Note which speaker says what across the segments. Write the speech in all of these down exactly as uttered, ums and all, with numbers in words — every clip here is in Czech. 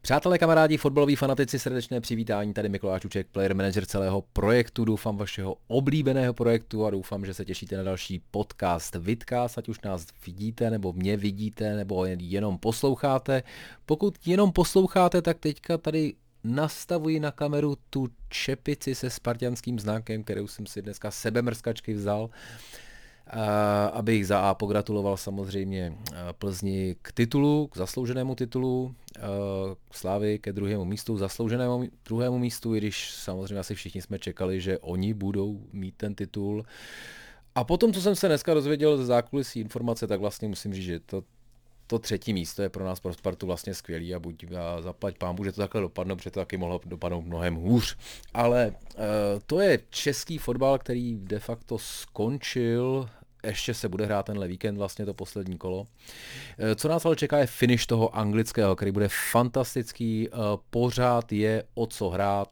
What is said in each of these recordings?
Speaker 1: Přátelé, kamarádi, fotbaloví fanatici, srdečné přivítání, tady Mikuláš Čuček, player manager celého projektu, doufám vašeho oblíbeného projektu a doufám, že se těšíte na další podcast Vidcast, ať už nás vidíte, nebo mě vidíte, nebo jenom posloucháte. Pokud jenom posloucháte, tak teďka tady nastavuji na kameru tu čepici se spartianským znakem, kterou jsem si dneska sebemrskačky vzal, abych za A pogratuloval samozřejmě Plzni k titulu, k zaslouženému titulu, Slávy ke druhému místu, zaslouženému druhému místu, i když samozřejmě asi všichni jsme čekali, že oni budou mít ten titul. A potom, co jsem se dneska dozvěděl ze zákulisí informace, tak vlastně musím říct, že to, to třetí místo je pro nás, pro Spartu vlastně skvělý a buď a zaplať pánbůh, že to takhle dopadne, protože to taky mohlo dopadnout mnohem hůř. Ale uh, to je český fotbal, který de facto skončil. Ještě se bude hrát tenhle víkend, vlastně to poslední kolo. Co nás ale čeká je finish toho anglického, který bude fantastický, pořád je o co hrát.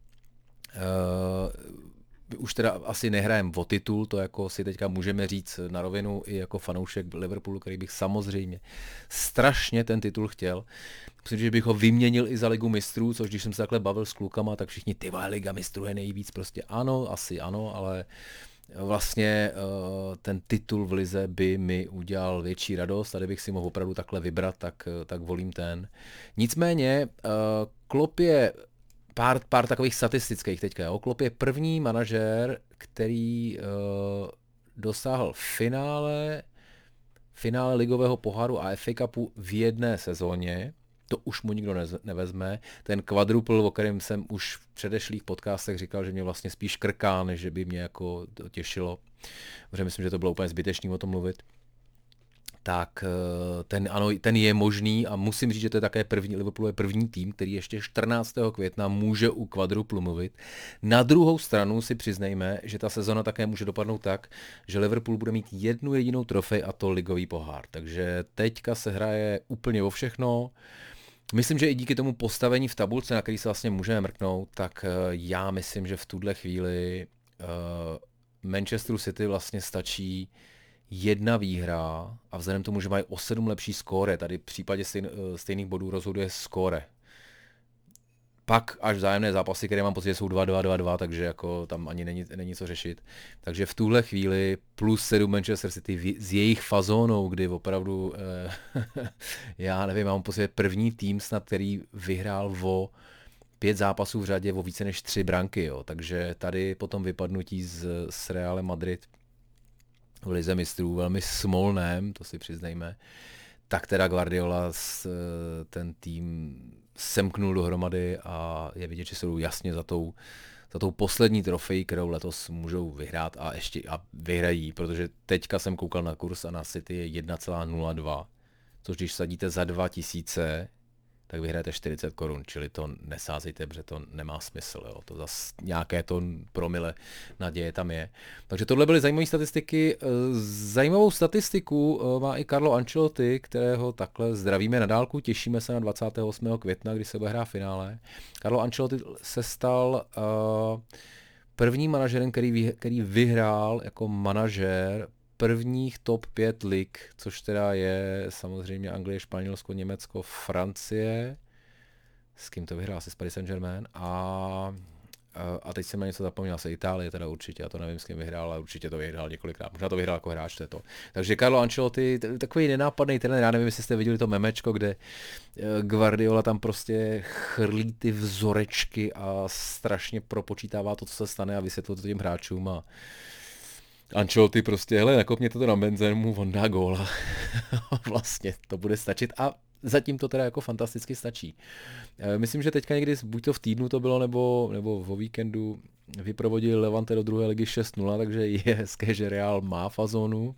Speaker 1: Už teda asi nehrajem o titul, to jako si teďka můžeme říct na rovinu i jako fanoušek Liverpoolu, který bych samozřejmě strašně ten titul chtěl. Myslím, že bych ho vyměnil i za Ligu mistrů, což když jsem se takhle bavil s klukama, tak všichni, ty vole, Liga mistrů je nejvíc, prostě ano, asi ano, ale vlastně ten titul v lize by mi udělal větší radost, tady bych si mohl opravdu takhle vybrat, tak, tak volím ten. Nicméně Klopp je pár, pár takových statistických teďka, jo. Klopp je první manažer, který dosáhl finále, finále ligového poháru a F A Cupu v jedné sezóně. To už mu nikdo nevezme. Ten quadruple, o kterém jsem už v předešlých podcastech říkal, že mě vlastně spíš krká, než že by mě jako to těšilo. Protože myslím, že to bylo úplně zbytečný o tom mluvit. Tak ten, ano, ten je možný a musím říct, že to je také první, Liverpool je první tým, který ještě čtrnáctého května může u quadruplu mluvit. Na druhou stranu si přiznejme, že ta sezona také může dopadnout tak, že Liverpool bude mít jednu jedinou trofej a to ligový pohár. Takže teďka se hraje úplně o všechno. Myslím, že i díky tomu postavení v tabulce, na který se vlastně můžeme mrknout, tak já myslím, že v tuhle chvíli uh, Manchesteru City vlastně stačí jedna výhra a vzhledem tomu, že mají o sedm lepší skóre, tady v případě stejn, stejných bodů rozhoduje skóre. Pak až vzájemné zápasy, které mám pocit, jsou dva dva dva dva, takže jako tam ani není, není co řešit. Takže v tuhle chvíli plus sedm Manchester City s jejich fazónou, kdy opravdu, eh, já nevím, mám pocit, první tým snad, který vyhrál o pět zápasů v řadě o více než tři branky, jo. Takže tady potom vypadnutí z, s Realem Madrid v lize mistrů velmi smolném, to si přiznejme, tak teda Guardiola ten tým semknul dohromady a je vidět, že jsou jasně za tou, za tou poslední trofej, kterou letos můžou vyhrát a ještě a vyhrají, protože teďka jsem koukal na kurz a na City je jedna celá nula dva, což když sadíte za dva tisíce, tak vyhrajete čtyřicet korun, čili to nesázejte, protože to nemá smysl, jo. To zase nějaké to promile naděje tam je. Takže tohle byly zajímavé statistiky. Zajímavou statistiku má i Carlo Ancelotti, kterého takhle zdravíme na dálku, těšíme se na dvacátého osmého května, kdy se bude hrát finále. Carlo Ancelotti se stal uh, prvním manažerem, který, který vyhrál jako manažer prvních top pět lig, což teda je samozřejmě Anglie, Španělsko, Německo, Francie. S kým to vyhrál? Se Paris Saint-Germain. A, a teď jsem na něco zapomněl, se Itálie teda určitě, já to nevím, s kým vyhrál, ale určitě to vyhrál několikrát. Možná to vyhrál jako hráč, to je to. Takže Carlo Ancelotti, takový nenápadný trenér, já nevím, jestli jste viděli to memečko, kde Guardiola tam prostě chrlí ty vzorečky a strašně propočítává to, co se stane a vysvětluje to těm hráčům a Ancelotti prostě, hele, nakopněte to na Benzemu, on dá góla. Vlastně to bude stačit a zatím to teda jako fantasticky stačí. Myslím, že teďka někdy, buď to v týdnu to bylo, nebo, nebo o víkendu vyprovodili Levante do druhé ligy šest nula, takže je hezké, že Real má fazónu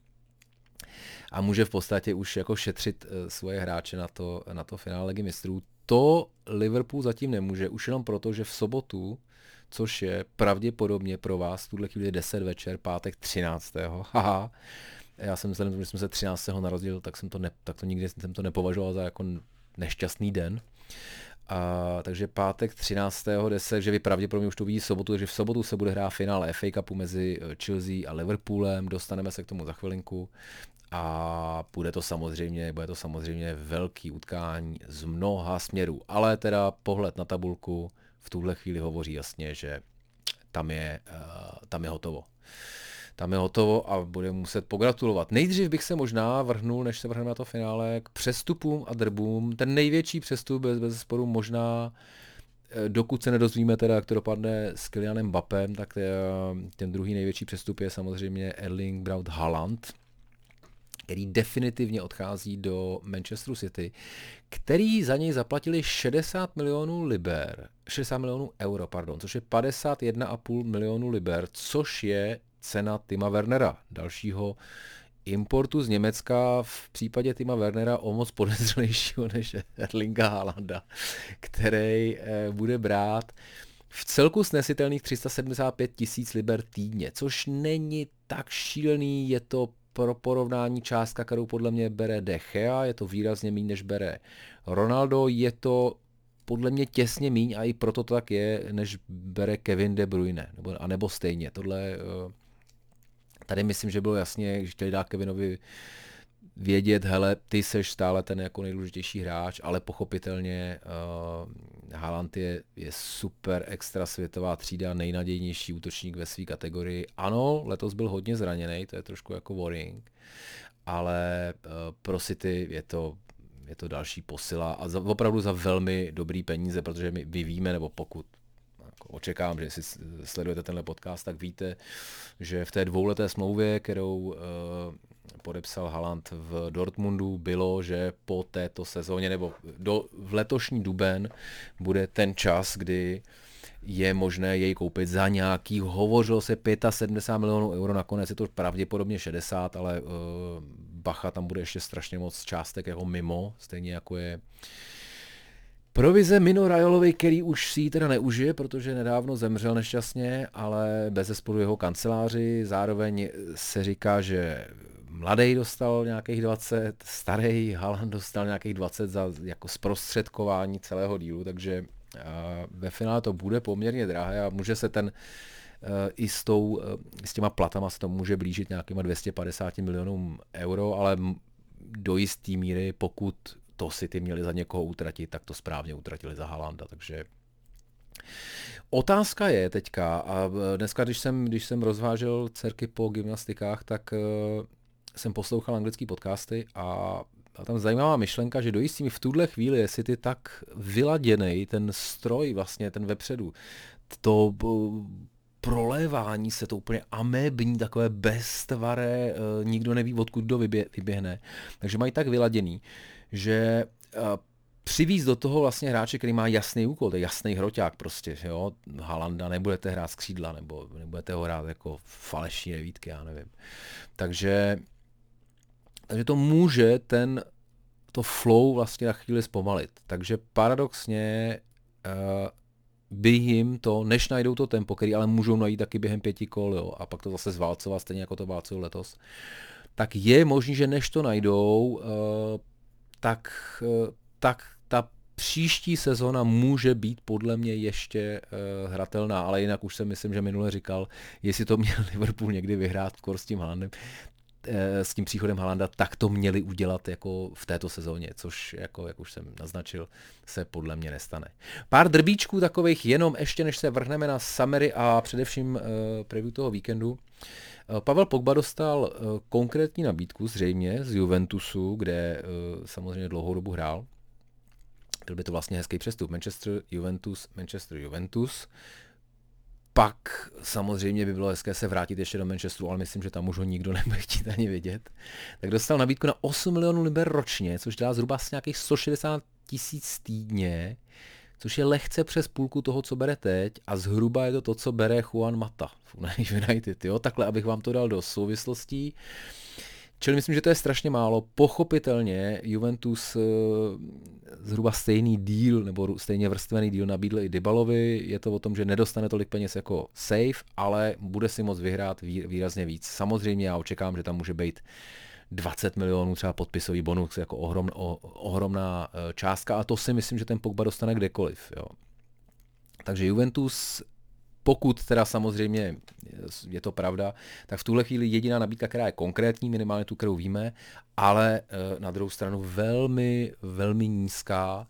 Speaker 1: a může v podstatě už jako šetřit svoje hráče na to, na to finále ligy mistrů. To Liverpool zatím nemůže, už jenom proto, že v sobotu, což je pravděpodobně pro vás v tuhle chvíli deset večer, pátek třináctého Haha. Já jsem vzhledem, že jsem se třináctého narodil, tak jsem to, ne, tak to nikdy jsem to nepovažoval za jako nešťastný den. A, takže pátek třináctého deset že vy pravděpodobně už to vidí v sobotu, takže v sobotu se bude hrát finále F A Cupu mezi Chelsea a Liverpoolem, dostaneme se k tomu za chvilinku. a bude to samozřejmě, bude to samozřejmě velký utkání z mnoha směrů. Ale teda pohled na tabulku v tuhle chvíli hovoří jasně, že tam je, tam je hotovo. Tam je hotovo a bude muset pogratulovat. Nejdřív bych se možná vrhnul, než se vrhneme na to finále, k přestupům a drbům. Ten největší přestup bez, bez sporu možná, dokud se nedozvíme teda, jak to dopadne s Kylianem Mbappem, tak ten druhý největší přestup je samozřejmě Erling Braut Haaland, který definitivně odchází do Manchesteru City, který za něj zaplatili šedesát milionů liber, šedesát milionů euro, pardon, což je padesát jedna celá pět milionů liber, což je cena Tima Wernera, dalšího importu z Německa, v případě Tima Wernera o moc podezřelejšího než Erlinga Haalanda, který bude brát v celku snesitelných tři sta sedmdesát pět tisíc liber týdně, což není tak šílený, je to pro porovnání částka, kterou podle mě bere De Gea, je to výrazně méně, než bere Ronaldo, je to podle mě těsně míň a i proto to tak je, než bere Kevin De Bruyne, nebo, anebo stejně. Tohle, tady myslím, že bylo jasně, že chtěli dát Kevinovi vědět, hele, ty seš stále ten jako nejdůležitější hráč, ale pochopitelně uh, Haaland je, je super extra světová třída, nejnadějnější útočník ve své kategorii. Ano, letos byl hodně zraněný, to je trošku jako worrying, ale uh, pro City je to je to další posila a za, opravdu za velmi dobrý peníze, protože my, my víme, nebo pokud jako očekávám, že jestli sledujete tenhle podcast, tak víte, že v té dvouleté smlouvě, kterou uh, podepsal Haaland v Dortmundu, bylo, že po této sezóně nebo do, v letošní duben bude ten čas, kdy je možné jej koupit za nějaký, hovořilo se sedmdesát pět milionů euro, nakonec je to pravděpodobně šedesát, ale uh, bacha, tam bude ještě strašně moc částek jako mimo, stejně jako je provize Mino Rajolovi, který už si ji teda neužije, protože nedávno zemřel nešťastně, ale bezesporu jeho kanceláři, zároveň se říká, že mladý dostal nějakých dvacet, starý Haaland dostal nějakých dvacet za jako zprostředkování celého dílu, takže ve finále to bude poměrně drahé a může se ten i s, tou, s těma platama se to může blížit nějakýma dvě stě padesát milionům euro, ale do jistý míry, pokud to City měli za někoho utratit, tak to správně utratili za Haalanda, takže otázka je teďka, a dneska, když jsem, když jsem rozvážel dcerky po gymnastikách, tak jsem poslouchal anglický podcasty a a tam zajímavá myšlenka, že do jistý v tuhle chvíli je City tak vyladěnej, ten stroj vlastně, ten vepředu, to prolévání se, to úplně amébní, takové beztvaré, nikdo neví, odkud kdo vybě, vyběhne. Takže mají tak vyladěný, že přivízt do toho vlastně hráče, který má jasný úkol, to je jasný hroťák prostě, jo, Haalanda nebudete hrát z křídla, nebo nebudete ho hrát jako falešní devítky, já nevím. Takže Takže to může ten, to flow vlastně na chvíli zpomalit. Takže paradoxně uh, by jim to, než najdou to tempo, který ale můžou najít taky během pěti kol, jo, a pak to zase zválcovat, stejně jako to válcují letos, tak je možný, že než to najdou, uh, tak, uh, tak ta příští sezona může být podle mě ještě uh, hratelná, ale jinak už jsem myslím, že minule říkal, jestli to měl Liverpool někdy vyhrát v s tím Haalandem, s tím příchodem Haalanda, tak to měli udělat jako v této sezóně, což, jako, jak už jsem naznačil, se podle mě nestane. Pár drbíčků takových, jenom ještě než se vrhneme na Summery a především uh, preview toho víkendu. Uh, Pavel Pogba dostal uh, konkrétní nabídku zřejmě z Juventusu, kde uh, samozřejmě dlouhou dobu hrál. Byl by to vlastně hezký přestup. Manchester, Juventus, Manchester, Juventus. Pak samozřejmě by bylo hezké se vrátit ještě do Manchesteru, ale myslím, že tam už ho nikdo nebude chtít ani vidět. Tak dostal nabídku na osm milionů liber ročně, což dá zhruba z nějakých sto šedesát tisíc týdně, což je lehce přes půlku toho, co bere teď, a zhruba je to to, co bere Juan Mata v United. Jo? Takhle, abych vám to dal do souvislostí. Čili myslím, že to je strašně málo. Pochopitelně Juventus zhruba stejný díl nebo stejně vrstvený díl nabídl i Dybalovi. Je to o tom, že nedostane tolik peněz jako safe, ale bude si moct vyhrát výrazně víc. Samozřejmě já očekávám, že tam může být dvacet milionů třeba podpisový bonus jako ohrom, oh, ohromná částka, a to si myslím, že ten Pogba dostane kdekoliv. Jo. Takže Juventus pokud teda samozřejmě je to pravda, tak v tuhle chvíli jediná nabídka, která je konkrétní, minimálně tu, kterou víme, ale na druhou stranu velmi, velmi nízká.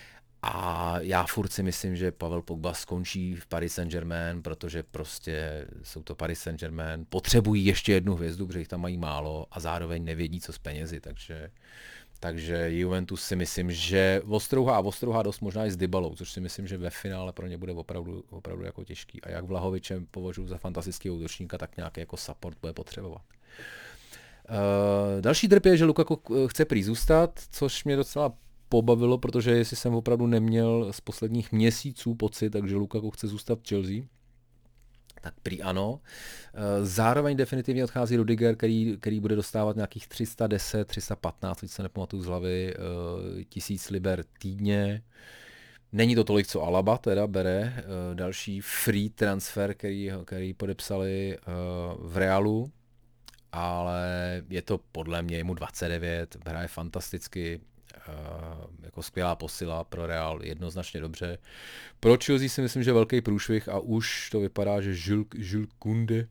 Speaker 1: A já furt si myslím, že Pavel Pogba skončí v Paris Saint-Germain, protože prostě jsou to Paris Saint-Germain, potřebují ještě jednu hvězdu, protože jich tam mají málo a zároveň nevědí, co s penězi, takže, takže Juventus si myslím, že ostrouhá a ostrouhá dost možná i s Dybalou, což si myslím, že ve finále pro ně bude opravdu, opravdu jako těžký. A jak Vlahoviče považuji za fantastického útočníka, tak nějaký jako support bude potřebovat. Uh, další drp je, že Lukaku chce prý zůstat, což mě docela pobavilo, protože jestli jsem opravdu neměl z posledních měsíců pocit, takže Lukaku chce zůstat v Chelsea, tak prý ano. Zároveň definitivně odchází Rudiger, který, který bude dostávat nějakých tři sta deset, tři sta patnáct, teď se nepamatuju z hlavy, tisíc liber týdně. Není to tolik, co Alaba teda bere. Další free transfer, který, který podepsali v Realu, ale je to podle mě, je mu dvacet devět, hraje fantasticky, Uh, jako skvělá posila pro Real, jednoznačně dobře. Pro Chelsea si myslím, že velký průšvih a už to vypadá, že Jules, Jules Koundé,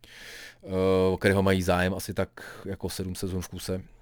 Speaker 1: uh, kterého mají zájem asi tak jako sedm sezon v kuse, uh,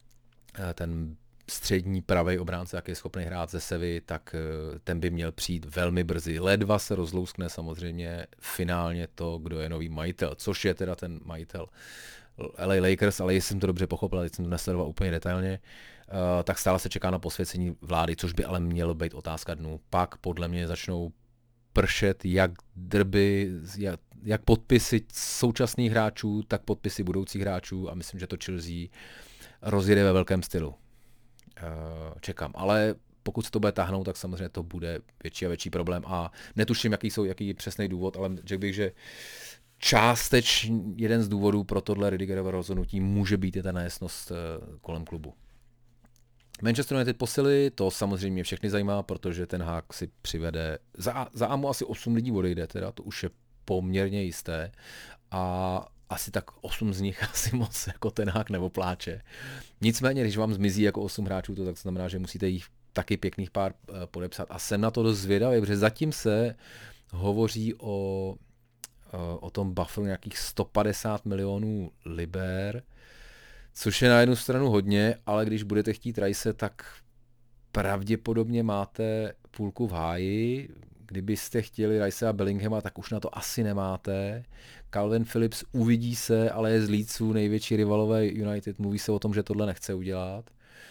Speaker 1: ten střední pravej obránce, jak je schopný hrát ze Sevy, tak uh, ten by měl přijít velmi brzy. Ledva se rozlouskne samozřejmě finálně to, kdo je nový majitel, což je teda ten majitel L A Lakers, ale jestli jsem to dobře pochopil, teď jsem to nesledoval úplně detailně, Uh, tak stále se čeká na posvěcení vlády, což by ale mělo být otázka dnů. Pak podle mě začnou pršet jak drby, jak, jak podpisy současných hráčů, tak podpisy budoucích hráčů a myslím, že to Chelsea rozjede ve velkém stylu. Uh, čekám, ale pokud se to bude tahnout, tak samozřejmě to bude větší a větší problém a netuším, jaký jsou, jaký je přesný důvod, ale řekl bych, že částečně jeden z důvodů pro tohle Rudigerovo rozhodnutí může být i ta nejasnost uh, kolem klubu. Manchester United posily, to samozřejmě všechny zajímá, protože ten Hák si přivede, za, za Amu asi osm lidí odejde, teda to už je poměrně jisté a asi tak osm z nich asi moc jako ten Hák neopláče. Nicméně, když vám zmizí jako osm hráčů, to tak znamená, že musíte jich taky pěkných pár podepsat a jsem na to dost zvědavý, protože zatím se hovoří o, o tom bufferu nějakých sto padesát milionů liber, což je na jednu stranu hodně, ale když budete chtít Rice, tak pravděpodobně máte půlku v háji. Kdybyste chtěli Rice a Bellinghama, tak už na to asi nemáte. Calvin Phillips uvidí se, ale je z Leedsu největší rivalové United. Mluví se o tom, že tohle nechce udělat.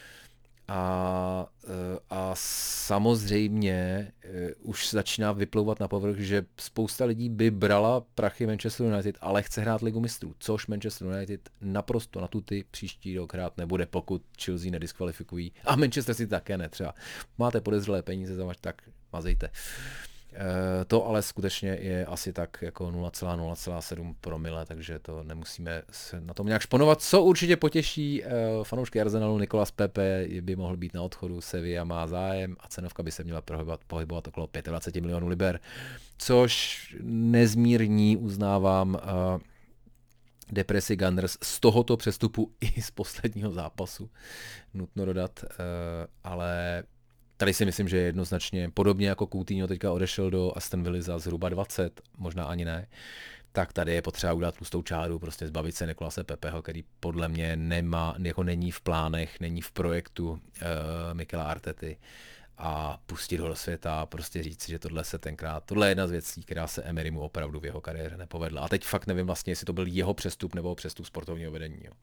Speaker 1: A, a samozřejmě už začíná vyplouvat na povrch, že spousta lidí by brala prachy Manchester United, ale chce hrát Ligu mistrů, což Manchester United naprosto na tuty příští rok hrát nebude, pokud Chelsea nediskvalifikují. A Manchester City také ne, třeba máte podezřelé peníze za vaš, tak mazejte. E, to ale skutečně je asi tak jako nula celá nula sedm promile, takže to nemusíme se na tom nějak šponovat. Co určitě potěší e, fanoušky Arsenalu, Nicolas Pepe by mohl být na odchodu, Sevilla má zájem a cenovka by se měla pohybovat, pohybovat okolo dvacet pět milionů liber, což nezmírní, uznávám, e, depresi Gunners z tohoto přestupu i z posledního zápasu, nutno dodat, e, ale tady si myslím, že je jednoznačně podobně jako Coutinho teďka odešel do Aston Villa za zhruba dvacet, možná ani ne, tak tady je potřeba udělat tlustou čáru, prostě zbavit se Nicolase Pepeho, který podle mě nemá, jako není v plánech, není v projektu uh, Mikela Artety a pustit ho do světa a prostě říct si, že tohle se tenkrát, tohle je jedna z věcí, která se Emerymu opravdu v jeho kariéře nepovedla. A teď fakt nevím vlastně, jestli to byl jeho přestup nebo přestup sportovního vedení. Jo.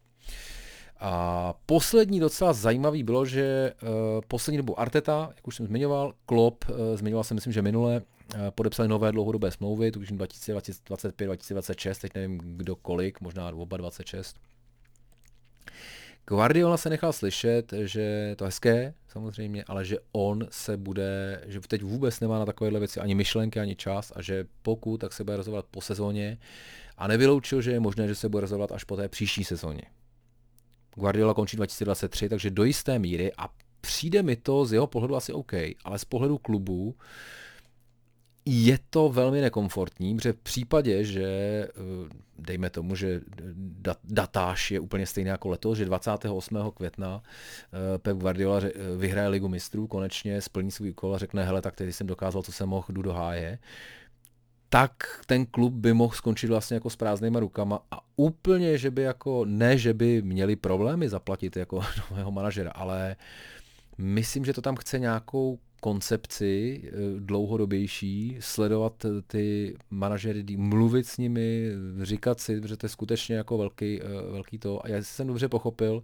Speaker 1: A poslední docela zajímavý bylo, že uh, poslední dobu Arteta, jak už jsem zmiňoval, Klopp, uh, zmiňoval jsem myslím, že minule, uh, podepsali nové dlouhodobé smlouvy, tuším dva tisíce dvacet pět dva tisíce dvacet šest, teď nevím kdo kolik, možná oba dvacet šest. Guardiola se nechal slyšet, že to je hezké samozřejmě, ale že on se bude, že teď vůbec nemá na takovéhle věci ani myšlenky, ani čas a že pokud, tak se bude rozhodovat po sezóně a nevyloučil, že je možné, že se bude rozhodovat až po té příští sezóně. Guardiola končí dva tisíce dvacet tři, takže do jisté míry a přijde mi to z jeho pohledu asi OK, ale z pohledu klubu je to velmi nekomfortní, protože v případě, že dejme tomu, že datáž je úplně stejný jako letos, že dvacátého osmého května Pep Guardiola vyhraje Ligu mistrů, konečně splní svůj úkol a řekne, hele, tak teď jsem dokázal, co jsem mohl, jdu do háje, tak ten klub by mohl skončit vlastně jako s prázdnýma rukama a úplně, že by jako, ne, že by měli problémy zaplatit jako nového manažera, ale myslím, že to tam chce nějakou koncepci dlouhodobější, sledovat ty manažery, mluvit s nimi, říkat si, že to je skutečně jako velký, velký to. A já jsem dobře pochopil,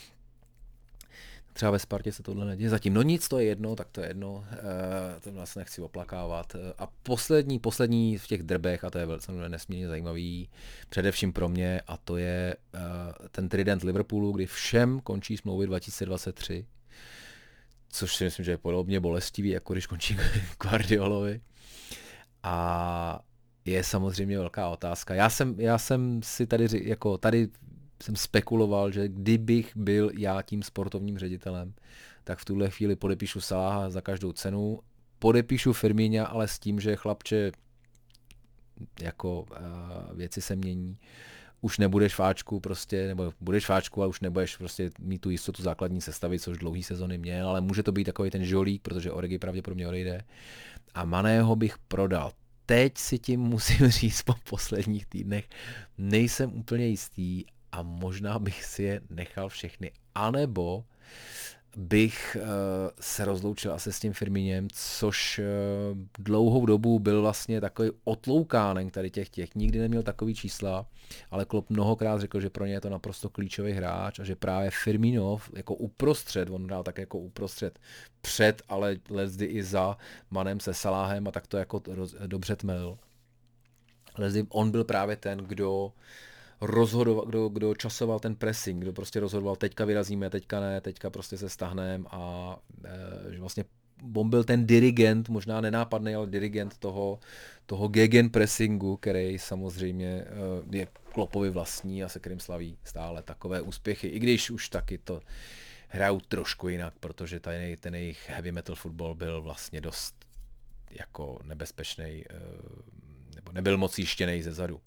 Speaker 1: třeba ve Spartě se tohle neděje. Zatím, no nic, to je jedno, tak to je jedno, e, to vlastně nechci oplakávat. A poslední, poslední v těch drbech, a to je velice nesmírně zajímavý, především pro mě, a to je e, ten trident Liverpoolu, kdy všem končí smlouvy dva tisíce dvacet tři, což si myslím, že je podobně bolestivý, jako když končí Guardiolovi. A je samozřejmě velká otázka. Já jsem, já jsem si tady, jako tady jsem spekuloval, že kdybych byl já tím sportovním ředitelem, tak v tuhle chvíli podepíšu Salaha za každou cenu, podepíšu Firmína, ale s tím, že chlapče, jako uh, věci se mění, už nebudeš fáčku prostě, nebo budeš fáčku, ale už nebudeš prostě mít tu jistotu základní sestavy, což dlouhý sezony měl, ale může to být takový ten žolík, protože Origi pravděpodobně odejde. A Maného bych prodal. Teď si tím musím říct po posledních týdnech, nejsem úplně jistý a možná bych si je nechal všechny. A nebo bych uh, se rozloučil asi s tím Firmínem, což uh, dlouhou dobu byl vlastně takový otloukánek tady těch těch. Nikdy neměl takový čísla, ale Klopp mnohokrát řekl, že pro ně je to naprosto klíčový hráč a že právě Firmino jako uprostřed, on hrál tak jako uprostřed před, ale leckdy i za Manem se Saláhem a tak to jako roz, dobře tmelil. Leckdy on byl právě ten, kdo rozhodoval, kdo, kdo časoval ten pressing, kdo prostě rozhodoval, teďka vyrazíme, teďka ne, teďka prostě se stáhneme a e, že vlastně on byl ten dirigent, možná nenápadný, ale dirigent toho, toho gegenpressingu, který samozřejmě e, je Kloppovi vlastní a se kterým slaví stále takové úspěchy, i když už taky to hrajou trošku jinak, protože ten, ten jejich heavy metal football byl vlastně dost jako nebezpečný, e, nebo nebyl moc jištěnej ze zadu.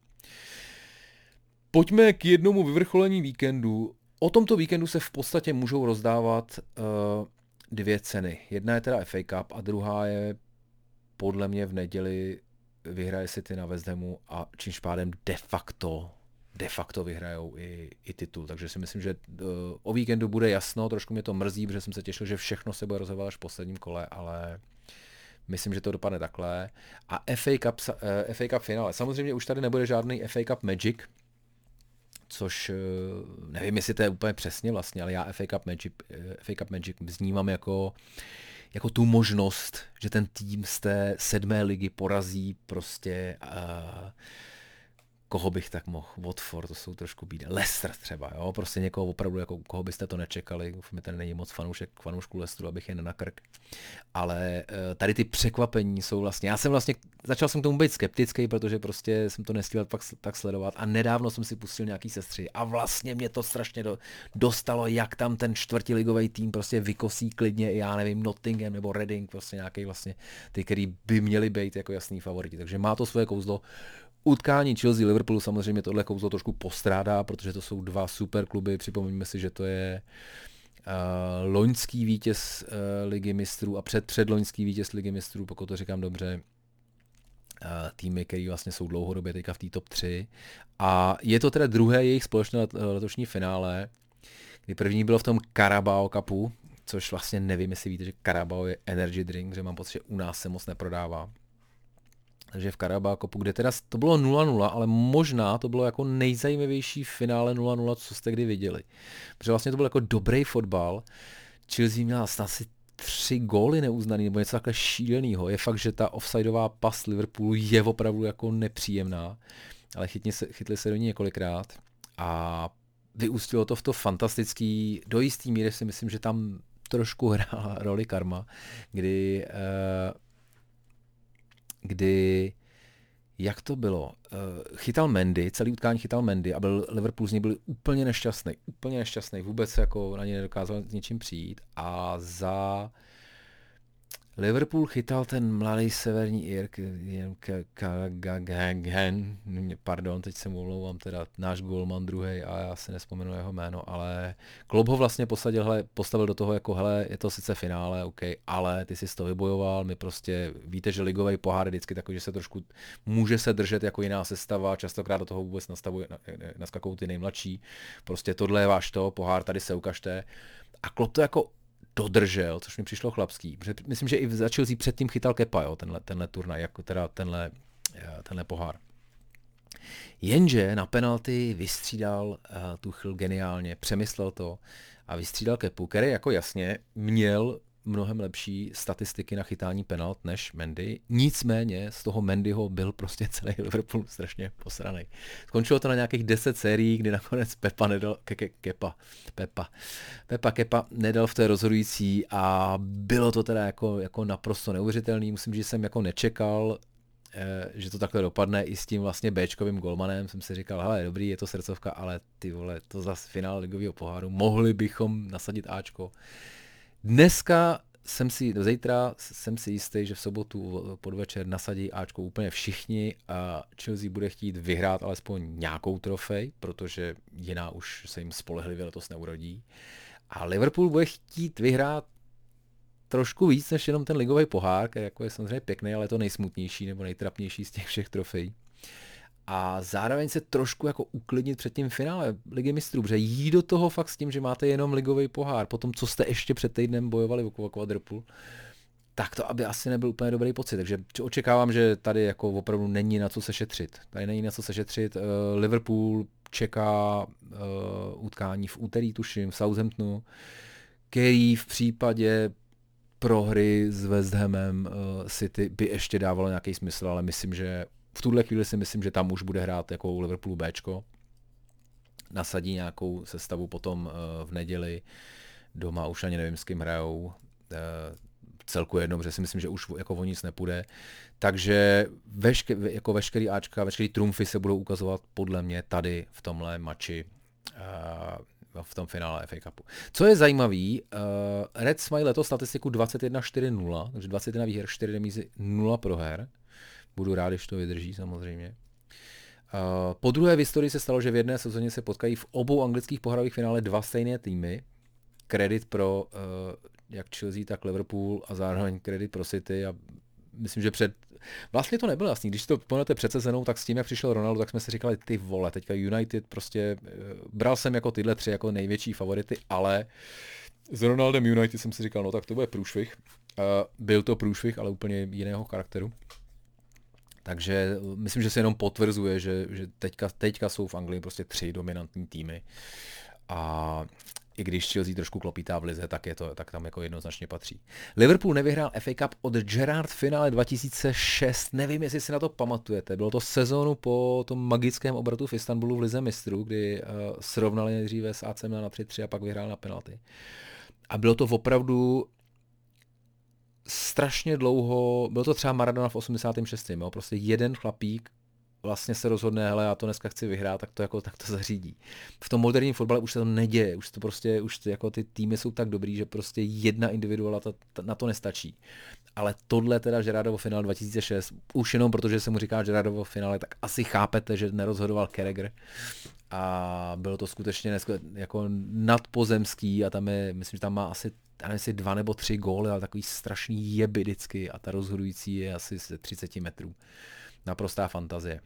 Speaker 1: Pojďme k jednomu vyvrcholení víkendu. O tomto víkendu se v podstatě můžou rozdávat uh, dvě ceny. Jedna je teda F A Cup a druhá je podle mě v neděli vyhraje City na West Hamu a čímž pádem de facto, de facto vyhrajou i, i titul. Takže si myslím, že uh, o víkendu bude jasno. Trošku mě to mrzí, protože jsem se těšil, že všechno se bude rozhodovat až v posledním kole, ale myslím, že to dopadne takhle. A F A Cup, uh, F A Cup finále. Samozřejmě už tady nebude žádný F A Cup Magic, což nevím, jestli to je úplně přesně vlastně, ale já F A Cup Magic, F A Cup Magic vnímám jako, jako tu možnost, že ten tým z té sedmé ligy porazí prostě uh, koho bych tak mohl, Watford, to jsou trošku bídé, Leicester třeba, jo, prostě někoho opravdu, jako koho byste to nečekali, mi tady není moc fanoušek, fanoušku Leicesteru, abych je nenakrk, ale tady ty překvapení jsou vlastně, já jsem vlastně, začal jsem k tomu být skeptický, protože prostě jsem to nestihl tak, tak sledovat a nedávno jsem si pustil nějaký sestři a vlastně mě to strašně do, dostalo, jak tam ten čtvrtiligový tým prostě vykosí klidně, já nevím, Nottingham nebo Reading, prostě nějaký vlastně ty, který by měli být jako jasný favoriti, takže má to svoje kouzlo. Utkání Chelsea-Liverpoolu samozřejmě tohle kouzlo trošku postrádá, protože to jsou dva super kluby. Připomeňme si, že to je uh, loňský vítěz uh, Ligy mistrů a předpředloňský vítěz Ligy mistrů, pokud to říkám dobře. Uh, týmy, které vlastně jsou dlouhodobě teďka v té top tři. A je to teda druhé jejich společné let, letošní finále, kdy první bylo v tom Carabao Cupu, což vlastně nevím, jestli víte, že Carabao je energy drink, že mám pocit, že u nás se moc neprodává. Takže v Carabao Cupu, kde teda to bylo nula nula, ale možná to bylo jako nejzajímavější finále nula nula, co jste kdy viděli. Protože vlastně to byl jako dobrý fotbal. Chelsea měla asi tři góly neuznaný, nebo něco takhle šílenýho. Je fakt, že ta offsideová pas Liverpoolu je opravdu jako nepříjemná, ale chytli se, chytli se do ní několikrát a vyústilo to v to fantastický, do jistý míry si myslím, že tam trošku hrála roli karma, kdy uh, kdy, jak to bylo, chytal Mendy, celý utkání chytal Mendy a byl, Liverpool z něj byl úplně nešťastný, úplně nešťastný, vůbec jako na něj nedokázal s ničím přijít a za Liverpool chytal ten mladý severní Ir, pardon, teď se mu omlouvám, teda náš golman druhý a já si nespomenu jeho jméno, ale Klopp ho vlastně posadil, hele, postavil do toho jako, hele, je to sice finále, OK, ale ty jsi to vybojoval, my prostě, víte, že ligový pohár je vždycky takový, že se trošku může se držet jako jiná sestava, častokrát do toho vůbec nastavují, naskakují ty nejmladší, prostě tohle je váš to, pohár, tady se ukažte. A Klopp to jako dodržel, což mi přišlo chlapský. Myslím, že i za Chelsea předtím chytal Kepa, jo, tenhle, tenhle turnaj, jako teda tenhle, tenhle pohár. Jenže na penalty vystřídal uh, Tuchel geniálně, přemyslel to a vystřídal Kepu, který jako jasně měl mnohem lepší statistiky na chytání penalt než Mendy. Nicméně z toho Mendyho byl prostě celý Liverpool strašně posranej. Skončilo to na nějakých deset sérií, kdy nakonec Pepa nedal, ke, ke, Kepa, Pepa, Pepa Kepa nedal v té rozhodující a bylo to teda jako, jako naprosto neuvěřitelný. Musím říct, že jsem jako nečekal, že to takhle dopadne i s tím vlastně Bčkovým golmanem. Jsem si říkal, hele, dobrý, je to srdcovka, ale ty vole, to zas finál ligového poháru, mohli bychom nasadit Ačko. Dneska jsem si, zítra jsem si jistý, že v sobotu podvečer nasadí Ačko úplně všichni a Chelsea bude chtít vyhrát alespoň nějakou trofej, protože jiná už se jim spolehlivě letos neurodí. A Liverpool bude chtít vyhrát trošku víc než jenom ten ligový pohár, který jako je samozřejmě pěkný, ale je to nejsmutnější nebo nejtrapnější z těch všech trofejí. A zároveň se trošku jako uklidnit před tím finále Ligy mistrů, protože jít do toho fakt s tím, že máte jenom ligový pohár, potom co jste ještě před týdnem bojovali o quadruple, tak to aby asi nebyl úplně dobrý pocit. Takže očekávám, že tady jako opravdu není na co se šetřit. Tady není na co se šetřit. Liverpool čeká uh, utkání v úterý, tuším, v Southamptonu, který v případě prohry s West Hamem uh, City by ještě dávalo nějaký smysl, ale myslím, že v tuhle chvíli si myslím, že tam už bude hrát jako u Liverpoolu Bčko. Nasadí nějakou sestavu potom uh, v neděli. Doma už ani nevím, s kým hrajou. Uh, celku jedno, protože si myslím, že už jako o nic nepůjde. Takže veške, jako veškerý Ačka, veškerý trumfy se budou ukazovat podle mě tady v tomhle mači uh, v tom finále F A Cupu. Co je zajímavý, uh, Reds mají letos statistiku dvacet jedna čtyři nula, takže dvacet jedna výher, čtyři remízy, nula proher. Budu rád, když to vydrží samozřejmě. Uh, po druhé v historii se stalo, že v jedné sezóně se potkají v obou anglických pohárových finále dva stejné týmy. Kredit pro uh, jak Chelsea, tak Liverpool a zároveň kredit pro City. A myslím, že před... Vlastně to nebylo jasný. Když si to pomůžete před sezónou, tak s tím, jak přišel Ronaldo, tak jsme si říkali, ty vole, teďka United prostě... Uh, bral jsem jako tyhle tři jako největší favority, ale s Ronaldem United jsem si říkal, no tak to bude průšvih. Uh, byl to průšvih, ale úplně jiného charakteru. Takže myslím, že se jenom potvrzuje, že, že teďka, teďka jsou v Anglii prostě tři dominantní týmy. A i když Chelsea trošku klopítá v lize, tak, je to, tak tam jako jednoznačně patří. Liverpool nevyhrál F A Cup od Gerrard v finále dva tisíce šest. Nevím, jestli si na to pamatujete. Bylo to sezónu po tom magickém obratu v Istanbulu v lize mistrů, kdy uh, srovnali nejdříve s A C Milan na tři tři a pak vyhrál na penalty. A bylo to opravdu strašně dlouho, bylo to třeba Maradona v osmdesátém šestém Jo? Prostě jeden chlapík vlastně se rozhodne, hele, já to dneska chci vyhrát, tak to jako tak to zařídí. V tom moderním fotbale už se to neděje, už to prostě, už to, jako ty týmy jsou tak dobrý, že prostě jedna individuala to, na to nestačí. Ale tohle teda Gerrardovo finále dva tisíce šest, už jenom protože se mu říká Gerrardovo finále, tak asi chápete, že nerozhodoval Carragher. A bylo to skutečně nesko, jako nadpozemský a tam je, myslím, že tam má asi já nevím, jestli dva nebo tři góly, ale takový strašný jeby vždycky a ta rozhodující je asi z třicet metrů. Naprostá fantazie.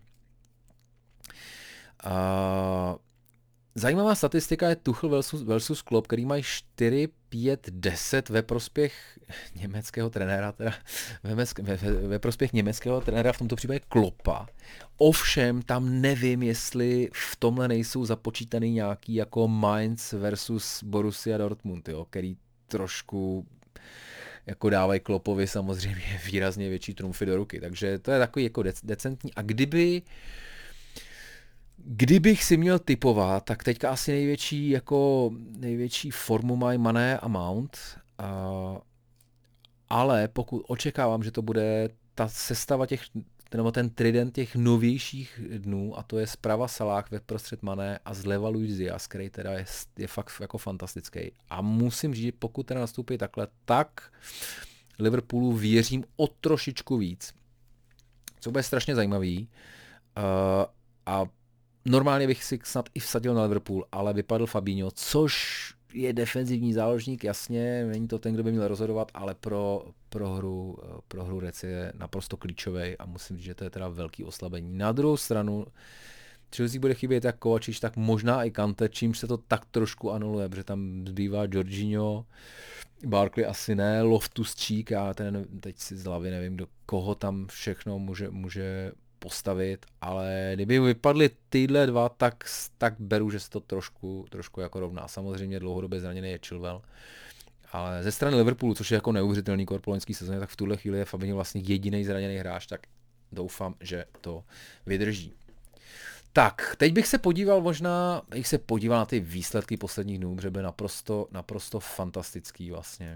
Speaker 1: Uh, zajímavá statistika je Tuchel versus, versus Klopp, který mají čtyři pět deset ve prospěch německého trenéra, teda ve, ve, ve prospěch německého trenéra, v tomto případě Kloppa. Ovšem tam nevím, jestli v tomhle nejsou započítaný nějaký jako Mainz versus Borussia Dortmund, jo, který trošku jako dávají Kloppovi samozřejmě výrazně větší trumfy do ruky, takže to je takový jako decentní. A kdyby kdybych si měl tipovat, tak teďka asi největší jako největší formu mají Mané a Mount, uh, ale pokud očekávám, že to bude ta sestava těch, nebo ten trident těch novějších dnů, a to je zprava Salah ve prostřed Mané a zleva Luis Diaz, který teda je, je fakt jako fantastický. A musím říct, pokud teda nastoupí takhle, tak Liverpoolu věřím o trošičku víc, co bude strašně zajímavý. Uh, a normálně bych si snad i vsadil na Liverpool, ale vypadl Fabinho, což je defenzivní záložník, jasně, není to ten, kdo by měl rozhodovat, ale pro, pro, hru, pro hru Reci je naprosto klíčový a musím říct, že to je teda velký oslabení. Na druhou stranu, Chelsea bude chybět jak Kovačič, tak možná i Kante, čímž se to tak trošku anuluje, protože tam zbývá Jorginho, Barkley asi ne, Loftus-Cheek, já ten, teď si z hlavy nevím, do koho tam všechno může, může postavit, ale kdyby vypadly tyhle dva, tak, tak beru, že se to trošku, trošku jako rovná. Samozřejmě dlouhodobě zraněný je Chilwell, ale ze strany Liverpoolu, což je jako neuvěřitelný kor po loňský sezóně, tak v tuhle chvíli je Fabinho vlastně jediný zraněný hráč, tak doufám, že to vydrží. Tak, teď bych se podíval možná, bych se podíval na ty výsledky posledních dnů, protože byly naprosto, naprosto fantastický vlastně.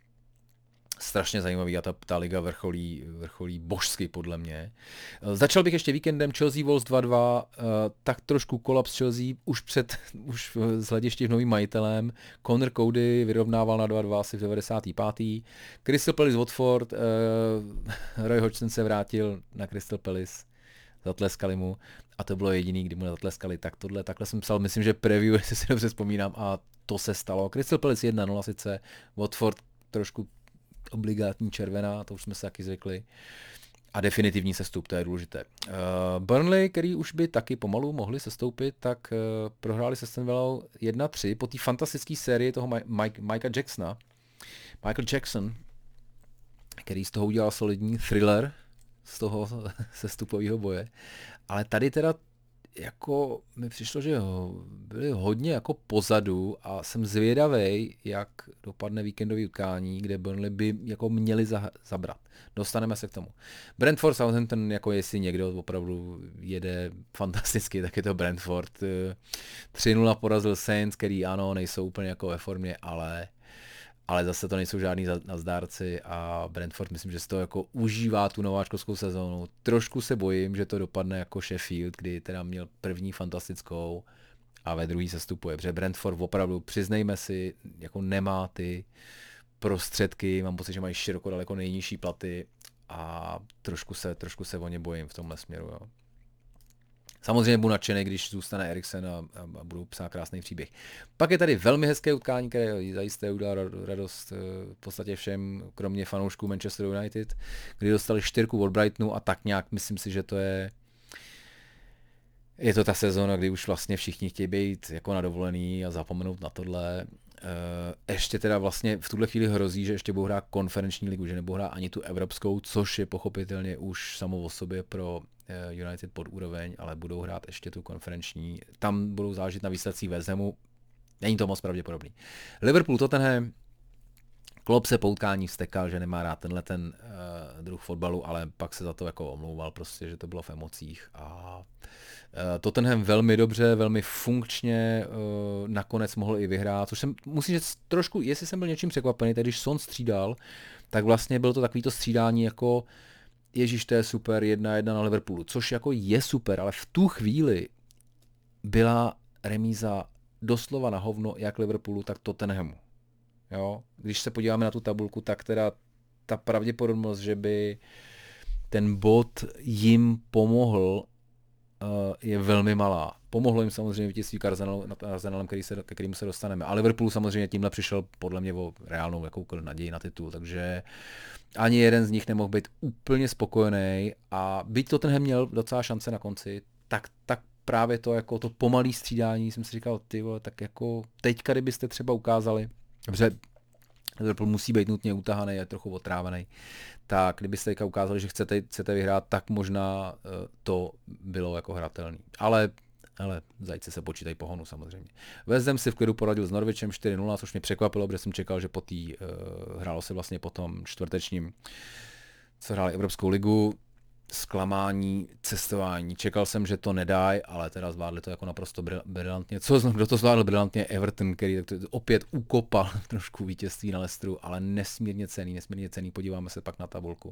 Speaker 1: Strašně zajímavý a ta, ta liga vrcholí, vrcholí božsky podle mě. Začal bych ještě víkendem Chelsea Wolves dva dva, tak trošku kolaps Chelsea už před, už z hlediště novým majitelem. Conor Cody vyrovnával na dva dva asi v devadesátém pátém Crystal Palace Watford, Roy Hodgson se vrátil na Crystal Palace, zatleskali mu a to bylo jediný, kdy mu zatleskali, tak tohle, takhle jsem psal, myslím, že preview, jestli si dobře vzpomínám, a to se stalo. Crystal Palace jedna nula sice, Watford trošku obligátní červená, to už jsme se taky zvykli. A definitivní sestup, to je důležité. Uh, Burnley, který už by taky pomalu mohli sestoupit, tak uh, prohráli se Aston Villou jedna tři po té fantastické sérii toho Mike, Mikea Jacksona. Michael Jackson, který z toho udělal solidní thriller z toho sestupového boje. Ale tady teda jako mi přišlo, že byli hodně jako pozadu a jsem zvědavej, jak dopadne víkendový utkání, kde Burnley by jako měli za, zabrat. Dostaneme se k tomu. Brentford Southampton, jako jestli někdo opravdu jede fantasticky, tak je to Brentford. tři nula porazil Saints, který ano, nejsou úplně jako ve formě, ale ale zase to nejsou žádný nazdárci a Brentford myslím, že si to jako užívá tu nováčkovskou sezónu. Trošku se bojím, že to dopadne jako Sheffield, kdy teda měl první fantastickou a ve druhý sestupuje, protože Brentford opravdu, přiznejme si, jako nemá ty prostředky, mám pocit, že mají široko daleko nejnižší platy a trošku se, trošku se o ně bojím v tomhle směru. Jo. Samozřejmě budu nadšený, když zůstane Eriksen a, a budu psát krásný příběh. Pak je tady velmi hezké utkání, které zajisté udělá radost v podstatě všem, kromě fanoušků Manchester United, kdy dostali čtyřku od Brightonu a tak nějak myslím si, že to je je to ta sezóna, kdy už vlastně všichni chtějí být jako na dovolený a zapomenout na tohle. Ještě teda vlastně v tuhle chvíli hrozí, že ještě budou hrát konferenční ligu, že nebudou hrát ani tu evropskou, což je pochopitelně už samo o sobě pro United pod úroveň, ale budou hrát ještě tu konferenční. Tam budou záležet na výsledcích West Hamu. Není to moc pravděpodobný. Liverpool, Tottenham, Klopp se po utkání vztekal, že nemá rád tenhle ten uh, druh fotbalu, ale pak se za to jako omlouval, prostě, že to bylo v emocích. A uh, Tottenham velmi dobře, velmi funkčně uh, nakonec mohl i vyhrát, což jsem, musím říct trošku, jestli jsem byl něčím překvapený, tak když Son střídal, tak vlastně bylo to takovýto střídání jako ježíš, to je super, jedna jedna na Liverpoolu, což jako je super, ale v tu chvíli byla remíza doslova na hovno jak Liverpoolu, tak Tottenhamu. Jo? Když se podíváme na tu tabulku, tak teda ta pravděpodobnost, že by ten bod jim pomohl, je velmi malá. Pomohlo jim samozřejmě vítězství nad Arsenalem, který se, ke kterému se dostaneme. A Liverpool samozřejmě tímhle přišel podle mě o reálnou jakoukoliv naději na titul, takže ani jeden z nich nemohl být úplně spokojený a byť to tenhle měl docela šance na konci, tak, tak právě to jako to pomalý střídání, jsem si říkal, ty vole, tak jako teďka, kdybyste třeba ukázali, dobře, Liverpool musí být nutně utahaný, je trochu otrávený, tak kdybyste teďka ukázali, že chcete, chcete vyhrát, tak možná uh, to bylo jako hratelný. Ale, ale zajci se počítají pohonu samozřejmě. West Ham si v klidu poradil s Norwichem čtyři nula, což mě překvapilo, protože jsem čekal, že po té uh, hrálo se vlastně po tom čtvrtečním, co hráli Evropskou ligu, zklamání, cestování. Čekal jsem, že to nedají, ale teda zvládli to jako naprosto brilantně. Co, kdo to zvládl brilantně? Everton, který opět ukopal trošku vítězství na Leicesteru, ale nesmírně cenný, nesmírně cenný. Podíváme se pak na tabulku.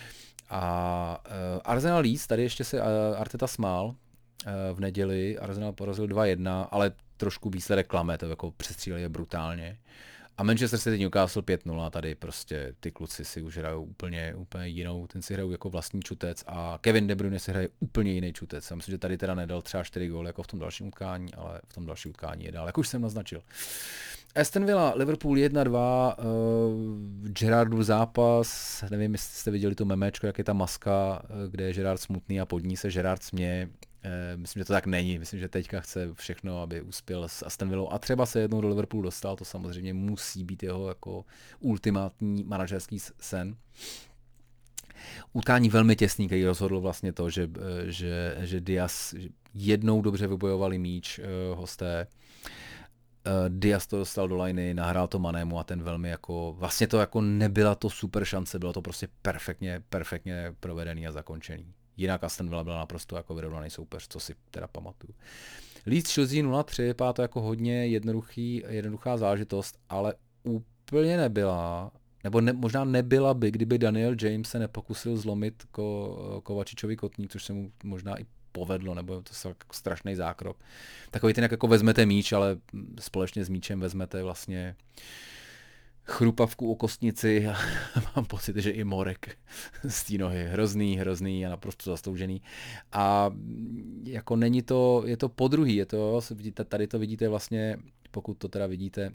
Speaker 1: A uh, Arsenal Leeds, tady ještě se uh, Arteta smál uh, v neděli. Arsenal porazil dva jedna, ale trošku výsledek klame, to jako přestříleli je brutálně. A Manchester City Newcastle pět nula, tady prostě ty kluci si už hrajou úplně, úplně jinou, ten si hrajou jako vlastní čutec a Kevin De Bruyne si hraje úplně jiný čutec. Já myslím, že tady teda nedal třeba čtyři góly jako v tom dalším utkání, ale v tom dalším utkání je dál, jak už jsem naznačil. Aston Villa, Liverpool jedna dva, uh, Gerrardův zápas, nevím, jestli jste viděli to memečko, jak je ta maska, kde je Gerrard smutný a pod ní se Gerrard směje. Myslím, že to tak není. Myslím, že teďka chce všechno, aby uspěl s Aston Villou a třeba se jednou do Liverpoolu dostal. To samozřejmě musí být jeho jako ultimátní manažerský sen. Utkání velmi těsný, který rozhodl vlastně to, že, že, že Diaz jednou dobře vybojovali míč hosté. Diaz to dostal do liney, nahrál to Manému a ten velmi jako, vlastně to jako nebyla to super šance, bylo to prostě perfektně, perfektně provedený a zakončený. Jinak Aston Villa byla naprosto jako vyrovnaný soupeř, co si teda pamatuju. Leeds Chelsea nula tři, vypadá to jako hodně jednoduchý, jednoduchá záležitost, ale úplně nebyla, nebo ne, možná nebyla by, kdyby Daniel James se nepokusil zlomit ko, Kovačičovi kotník, což se mu možná i povedlo, nebo to je jako strašný zákrok. Takový ten, jak jako vezmete míč, ale společně s míčem vezmete vlastně chrupavku o kostnici a mám pocit, že i morek z té nohy. Hrozný, hrozný a naprosto zasloužený. A jako není to, je to podruhý, je to, tady to vidíte vlastně, pokud to teda vidíte,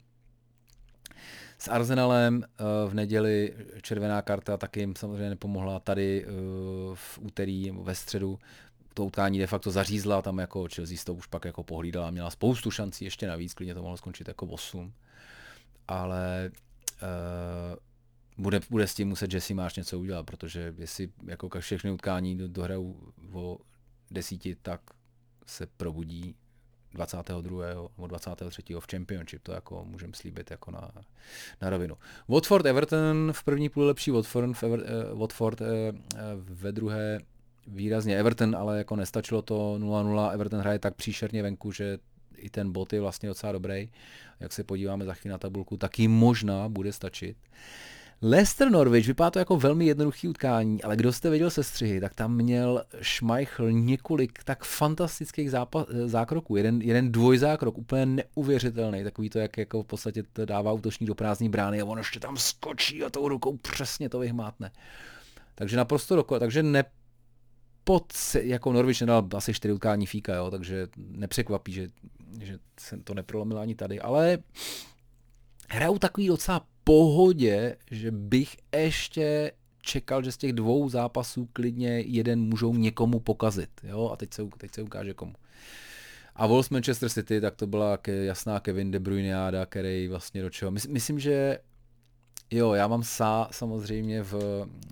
Speaker 1: s Arsenalem v neděli červená karta taky jim samozřejmě nepomohla. Tady v úterý, ve středu, to utkání de facto zařízla, tam jako Chelsea to už pak jako pohlídala, měla spoustu šancí, ještě navíc, klidně to mohlo skončit jako osm. Ale Uh, bude, bude s tím muset Jesse Marsch něco udělat, protože jestli jako všechny utkání dohrajou o desíti, tak se probudí dvacátého druhého nebo dvacátého třetího v Championship, to jako můžeme slíbit jako na, na rovinu. Watford Everton, v první půli lepší Watford, v Ever, uh, Watford uh, ve druhé výrazně Everton, ale jako nestačilo to nula nula, Everton hraje tak příšerně venku, že i ten bod je vlastně docela dobrý. Jak se podíváme za chvíli na tabulku, taky možná bude stačit. Leicester Norwich, vypadá to jako velmi jednoduchý utkání, ale kdo jste viděl sestřihy, tak tam měl Schmeichel několik tak fantastických zápas, zákroků. Jeden, jeden dvojzákrok, úplně neuvěřitelný, takový to, jak jako v podstatě to dává útočník do prázdné brány a on ještě tam skočí a tou rukou přesně to vyhmátne. Takže naprosto dokonale, takže ne pod, jako Norwich nedal asi čtyři utkání fíka, jo, takže nepřekvapí, že, že se to neprolomilo ani tady, ale hrajou takový docela pohodě, že bych ještě čekal, že z těch dvou zápasů klidně jeden můžou někomu pokazit, jo, a teď se, teď se ukáže komu. A Wolves Manchester City, tak to byla jasná Kevin De Bruyneáda, který vlastně do čeho, My, myslím, že jo, já mám sá samozřejmě v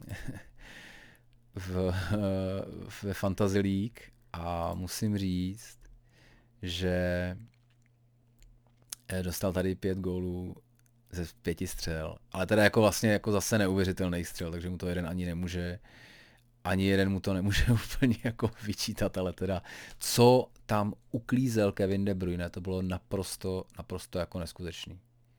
Speaker 1: v, ve Fantasy League a musím říct, že dostal tady pět gólů ze pěti střel, ale teda jako vlastně jako zase neuvěřitelný střel, takže mu to jeden ani nemůže, ani jeden mu to nemůže úplně jako vyčítat, ale teda co tam uklízel Kevin De Bruyne, to bylo naprosto, naprosto jako neskutečný.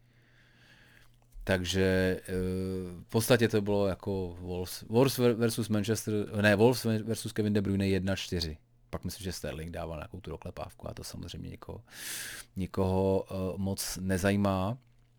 Speaker 1: Takže v podstatě to bylo jako Wolves, Wolves versus Manchester, ne, Wolves versus Kevin De Bruyne jedna čtyři. Pak myslím, že Sterling dával nějakou tu doklepávku a to samozřejmě nikoho, nikoho moc nezajímá.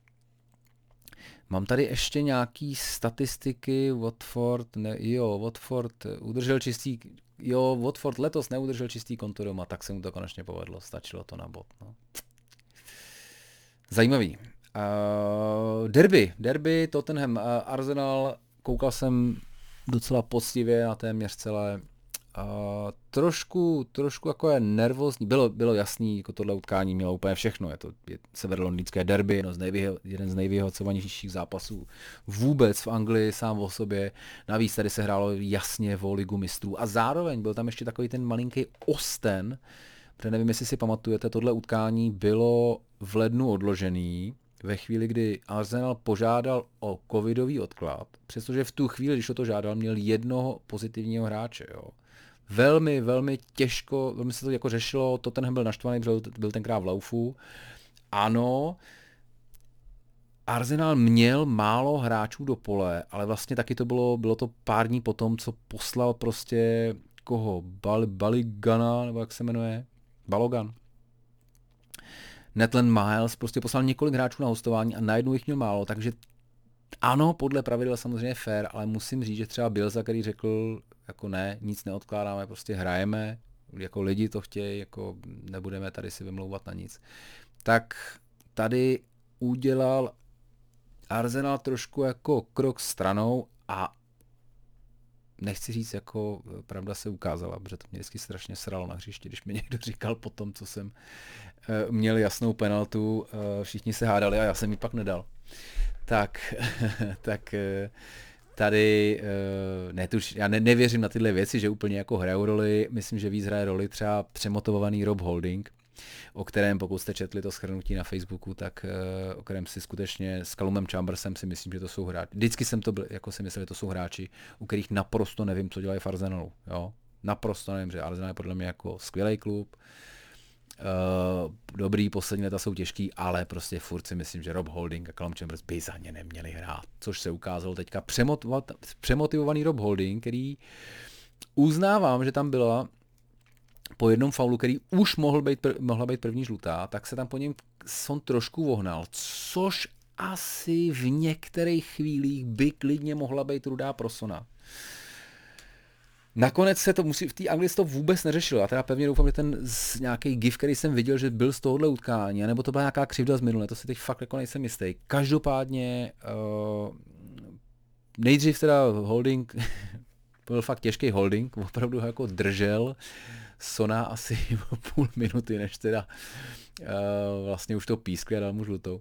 Speaker 1: Mám tady ještě nějaký statistiky, Watford, ne, jo, Watford udržel čistý, jo, Watford letos neudržel čistý konto doma, tak se mu to konečně povedlo, stačilo to na bod. No. Zajímavý. Uh, derby, derby, Tottenham, uh, Arsenal, koukal jsem docela poctivě na téměř celé. Uh, trošku, trošku jako je nervózní, bylo, bylo jasný, jako tohle utkání mělo úplně všechno, je to je severolondýnské derby, jedno z nejvyho, jeden z nejvyhodcovanějších zápasů vůbec v Anglii sám o sobě, navíc tady se hrálo jasně o ligu mistrů a zároveň byl tam ještě takový ten malinký osten, protože nevím, jestli si pamatujete, tohle utkání bylo v lednu odložený, ve chvíli, kdy Arsenal požádal o covidový odklad, přestože v tu chvíli, když o to žádal, měl jednoho pozitivního hráče. Jo. Velmi, velmi těžko, velmi se to jako řešilo, Tottenham byl naštvaný, byl, byl tenkrát v laufu. Ano, Arsenal měl málo hráčů do pole, ale vlastně taky to bylo, bylo to pár dní potom, co poslal prostě koho, Bal, Baligana, nebo jak se jmenuje, Balogan. Netland Miles prostě poslal několik hráčů na hostování a najednou jich měl málo, takže ano, podle pravidel samozřejmě fair, ale musím říct, že třeba Bielsa, který řekl, jako ne, nic neodkládáme, prostě hrajeme, jako lidi to chtějí, jako nebudeme tady si vymlouvat na nic, tak tady udělal Arsenal trošku jako krok stranou a nechci říct, jako pravda se ukázala, protože to mě vždycky strašně sralo na hřišti, když mi někdo říkal po tom, co jsem uh, měl jasnou penaltu, uh, všichni se hádali a já jsem ji pak nedal. Tak, tak uh, tady, uh, ne, tuž, já ne, nevěřím na tyhle věci, že úplně jako hrajou roli, myslím, že víc hraje roli třeba přemotivovaný Rob Holding, o kterém, pokud jste četli to shrnutí na Facebooku, tak uh, o kterém si skutečně s Callumem Chambersem si myslím, že to jsou hráči. Vždycky jsem to byl, jako si myslel, že to jsou hráči, u kterých naprosto nevím, co dělají v Arsenalu. Jo? Naprosto nevím, že Arsenal je podle mě jako skvělý klub. Uh, dobrý, poslední leta jsou těžký, ale prostě furt si myslím, že Rob Holding a Callum Chambers by za ně neměli hrát. Což se ukázalo teďka přemotivovat, přemotivovaný Rob Holding, který uznávám, že tam byla po jednom faulu, který už mohl být, mohla být první žlutá, tak se tam po něm Son trošku vohnal, což asi v některých chvílích by klidně mohla být rudá pro Sona. Nakonec se to musí, v té Anglii se to vůbec neřešilo. Já teda pevně doufám, že ten z nějaký gif, který jsem viděl, že byl z tohohle utkání, nebo to byla nějaká křivda z minulé, to si teď fakt jako nejsem jistý. Každopádně uh, nejdřív teda Holding, byl fakt těžký Holding, opravdu ho jako držel Sona asi půl minuty, než teda uh, vlastně už to pískli a dal mu žlutou.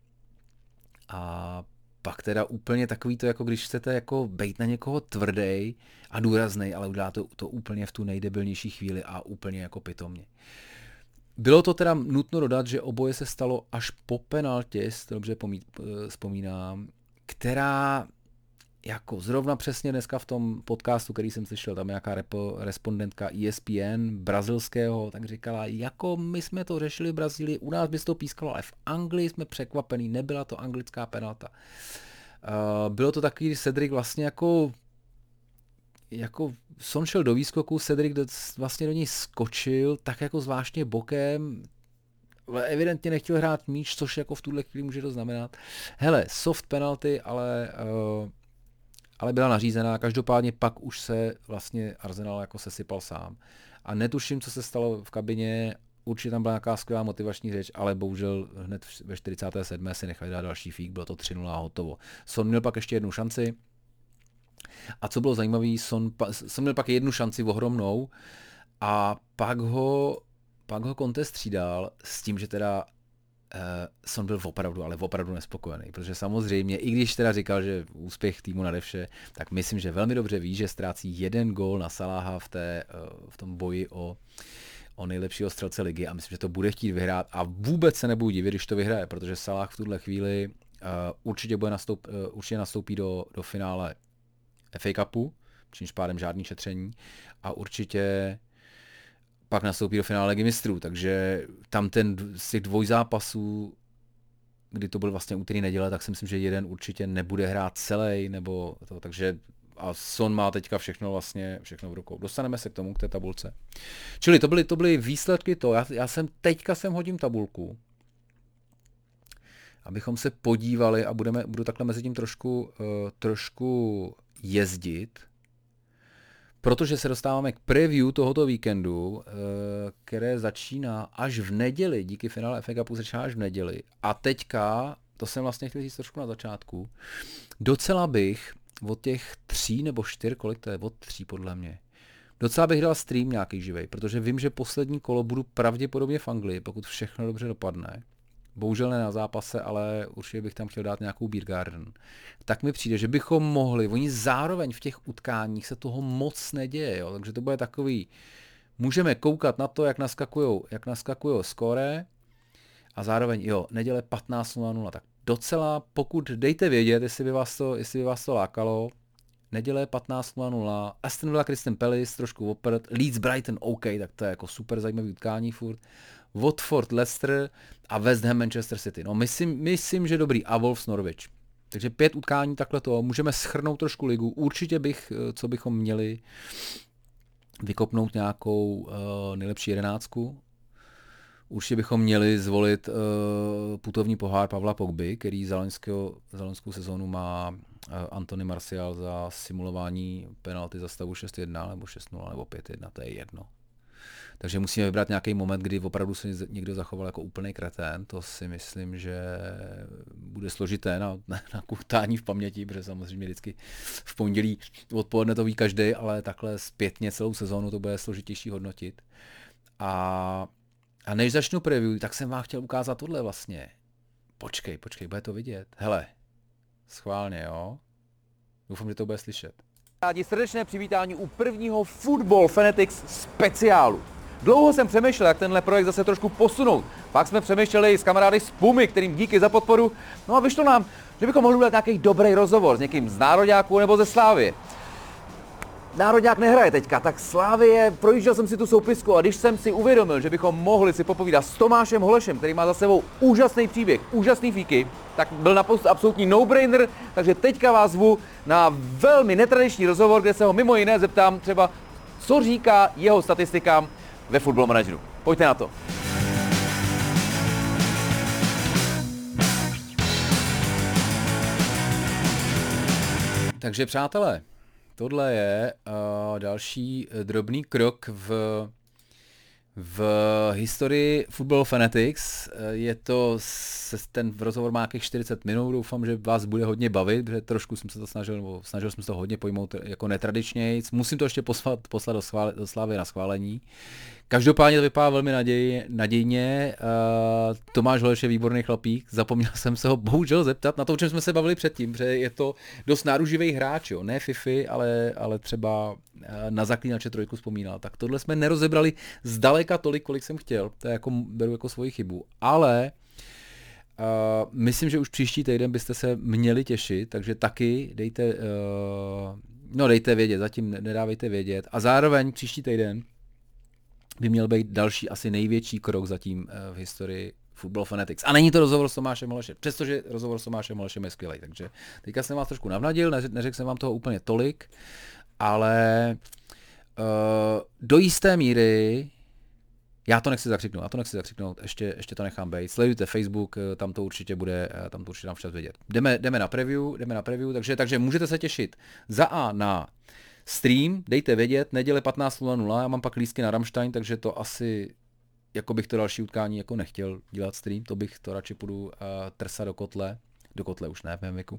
Speaker 1: A pak teda úplně takový to, jako když chcete jako bejt na někoho tvrdej a důraznej, ale udělá to, to úplně v tu nejdebilnější chvíli a úplně jako pitomně. Bylo to teda nutno dodat, že oboje se stalo až po penaltě, si to dobře vzpomínám, která jako zrovna přesně dneska v tom podcastu, který jsem slyšel, tam nějaká repo, respondentka E S P N brazilského, tak říkala, jako my jsme to řešili v Brazílii, u nás by se to pískalo, ale v Anglii jsme překvapení, nebyla to anglická penalta. Uh, bylo to takový, kdy Cedric vlastně jako jako Son šel do výskoku, Cedric do, vlastně do něj skočil, tak jako zvláštně bokem, evidentně nechtěl hrát míč, což jako v tuhle chvíli může to znamenat. Hele, soft penalty, ale uh, ale byla nařízená, každopádně pak už se vlastně Arsenal jako sesypal sám. A netuším, co se stalo v kabině, určitě tam byla nějaká skvělá motivační řeč, ale bohužel hned ve čtyřicáté sedmé si nechali dát další fík, bylo to tři nula a hotovo. Son měl pak ještě jednu šanci a co bylo zajímavé, Son, Son měl pak jednu šanci ohromnou a pak ho, pak ho Conte střídal s tím, že teda Uh, Son byl opravdu, ale opravdu nespokojený, protože samozřejmě, i když teda říkal, že úspěch týmu nade vše, tak myslím, že velmi dobře ví, že ztrácí jeden gól na Salaha v, té, uh, v tom boji o, o nejlepšího střelce ligy a myslím, že to bude chtít vyhrát a vůbec se nebudu divit, když to vyhraje, protože Salah v tuhle chvíli uh, určitě, bude nastoup, uh, určitě nastoupí do, do finále F A Cupu, čímž pádem žádný šetření a určitě pak nastoupí do finále Ligy mistrů, takže tam ten z těch dvojzápasů, kdy to byl vlastně úterý neděle, tak si myslím, že jeden určitě nebude hrát celý, nebo to, takže a Son má teďka všechno vlastně, všechno v rukou. Dostaneme se k tomu, k té tabulce. Čili to byly, to byly výsledky to, já, já jsem teďka sem hodím tabulku, abychom se podívali a budeme, budu takhle mezi tím trošku, uh, trošku jezdit, protože se dostáváme k preview tohoto víkendu, které začíná až v neděli, díky finále F A Cupu začíná až v neděli. A teďka, to jsem vlastně chtěl říct trošku na začátku, docela bych od těch tří nebo čtyř, kolik to je, od tří podle mě, docela bych dal stream nějaký živej, protože vím, že poslední kolo budu pravděpodobně v Anglii, pokud všechno dobře dopadne. Bohužel ne na zápase, ale určitě bych tam chtěl dát nějakou Beer Garden. Tak mi přijde, že bychom mohli, oni zároveň v těch utkáních se toho moc neděje, jo? Takže to bude takový, můžeme koukat na to, jak naskakujou, jak naskakujou skóre a zároveň, jo, neděle patnáct nula nula, tak docela, pokud dejte vědět, jestli by vás to, jestli by vás to lákalo, neděle patnáct nula nula, Aston Villa Crystal Palace, trošku oprt, Leeds Brighton, OK, tak to je jako super zajímavý utkání furt, Watford Leicester a West Ham Manchester City. No myslím, myslím, že dobrý. A Wolves Norwich. Takže pět utkání takhle to. Můžeme shrnout trošku ligu. Určitě bych, co bychom měli, vykopnout nějakou uh, nejlepší jedenáctku. určitě bychom měli zvolit uh, putovní pohár Pavla Pogby, který za, loňského, za loňskou sezónu má uh, Anthony Martial za simulování penalty za stavu šest jedna nebo šest nula nebo pět jedna, to je jedno. Takže musíme vybrat nějaký moment, kdy opravdu se někdo zachoval jako úplný kretén. To si myslím, že bude složité na, na, na kuchtání v paměti, protože samozřejmě vždycky v pondělí odpoledne to ví každý, ale takhle zpětně celou sezónu to bude složitější hodnotit. A, a než začnu preview, tak jsem vám chtěl ukázat tohle vlastně. Počkej, počkej, bude to vidět. Hele, schválně, jo? Doufám, že to bude slyšet.
Speaker 2: Rádi srdečné přivítání u prvního Football Fanatics speciálu. Dlouho jsem přemýšlel, jak tenhle projekt zase trošku posunout. Pak jsme přemýšleli s kamarády z Pumy, kterým díky za podporu. No a vyšlo nám, že bychom mohli udělat nějaký dobrý rozhovor s někým z Nároďáků nebo ze Slávie. Nároďák nehraje teďka, tak Slávie, projížděl jsem si tu soupisku a když jsem si uvědomil, že bychom mohli si popovídat s Tomášem Holešem, který má za sebou úžasný příběh, úžasný fíky, tak byl naprosto absolutní no-brainer, takže teďka vás zvu na velmi netradiční rozhovor, kde se ho mimo jiné zeptám třeba, co říká jeho statistikám ve Football Manageru. Pojďte na to.
Speaker 1: Takže přátelé, tohle je uh, další drobný krok v, v historii Football Fanatics. Je to, ten rozhovor má nějakých čtyřicet minut, doufám, že vás bude hodně bavit, protože trošku jsem se to snažil, nebo snažil jsem se to hodně pojmout jako netradičněji. Musím to ještě poslat, poslat do, schvále, do Slávy na schválení. Každopádně to vypadá velmi naděj, nadějně. Uh, Tomáš Holeš je výborný chlapík. Zapomněl jsem se ho bohužel zeptat na to, o čem jsme se bavili předtím, protože je to dost náruživý hráč, jo. Ne Fifi, ale, ale třeba uh, na Zaklínače trojku vzpomínal. Tak tohle jsme nerozebrali zdaleka tolik, kolik jsem chtěl. To je jako, beru jako svoji chybu. Ale uh, myslím, že už příští týden byste se měli těšit, takže taky dejte, uh, no dejte vědět, zatím nedávejte vědět. A zároveň příští týden by měl být další asi největší krok zatím v historii Football Fanatics. A není to rozhovor s Tomášem Holešem, přestože rozhovor s Tomášem Holešem je skvělý. Takže teďka jsem vás trošku navnadil, neřekl jsem vám toho úplně tolik, ale uh, do jisté míry, já to nechci zakřiknout, já to nechci zakřiknout, ještě, ještě to nechám být. Sledujte Facebook, tam to určitě bude, tam to určitě dám včas vědět. Jdeme, jdeme na preview, jdeme na preview, takže, takže můžete se těšit za A na stream, dejte vědět, neděle patnáct nula nula, já mám pak lístky na Rammstein, takže to asi, jako bych to další utkání jako nechtěl dělat stream, to bych to radši půjdu uh, trsat do kotle, do kotle už ne v mém věku.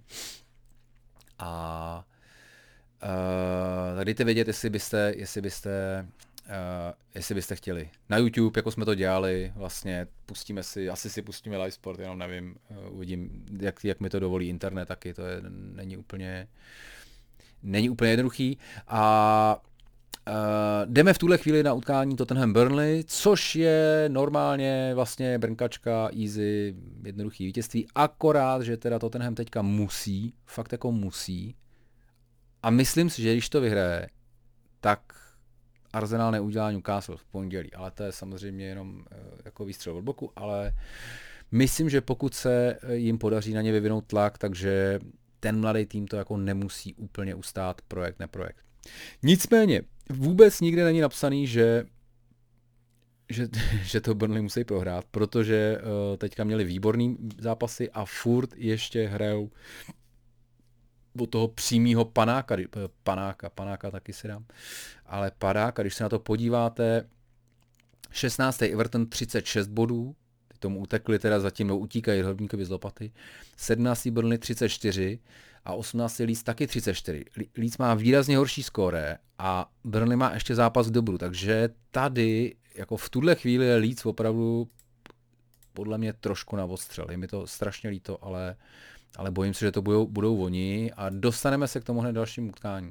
Speaker 1: A uh, tak dejte vědět, jestli byste, jestli byste, uh, jestli byste chtěli. Na YouTube, jako jsme to dělali, vlastně pustíme si, asi si pustíme live sport, jenom nevím, uh, uvidím, jak, jak mi to dovolí internet taky, to je, není úplně... Není úplně jednoduchý a uh, jdeme v tuhle chvíli na utkání Tottenham Burnley, což je normálně vlastně brnkačka, easy, jednoduchý vítězství, akorát, že teda Tottenham teďka musí, fakt jako musí a myslím si, že když to vyhraje, tak Arsenal neudělá Newcastle v pondělí, ale to je samozřejmě jenom uh, jako výstřel od boku, ale myslím, že pokud se jim podaří na ně vyvinout tlak, takže ten mladý tým to jako nemusí úplně ustát, projekt, neprojekt. Nicméně, vůbec nikde není napsaný, že, že, že to Burnley musí prohrát, protože uh, teďka měli výborný zápasy a furt ještě hrajou od toho přímýho panáka, panáka, panáka taky si dám, ale padáka, když se na to podíváte, šestnáctý Everton třicet šest bodů, tomu utekli teda zatím, no utíkají Hodníkovi z lopaty, sedmnáctý Burnley třicet čtyři a osmnáctý Leeds taky třicet čtyři. Leeds má výrazně horší skóre a Burnley má ještě zápas k dobru, takže tady, jako v tuhle chvíli je Leeds opravdu podle mě trošku na odstřel. Je mi to strašně líto, ale, ale bojím se, že to budou, budou oni a dostaneme se k tomu hned dalšímu utkání.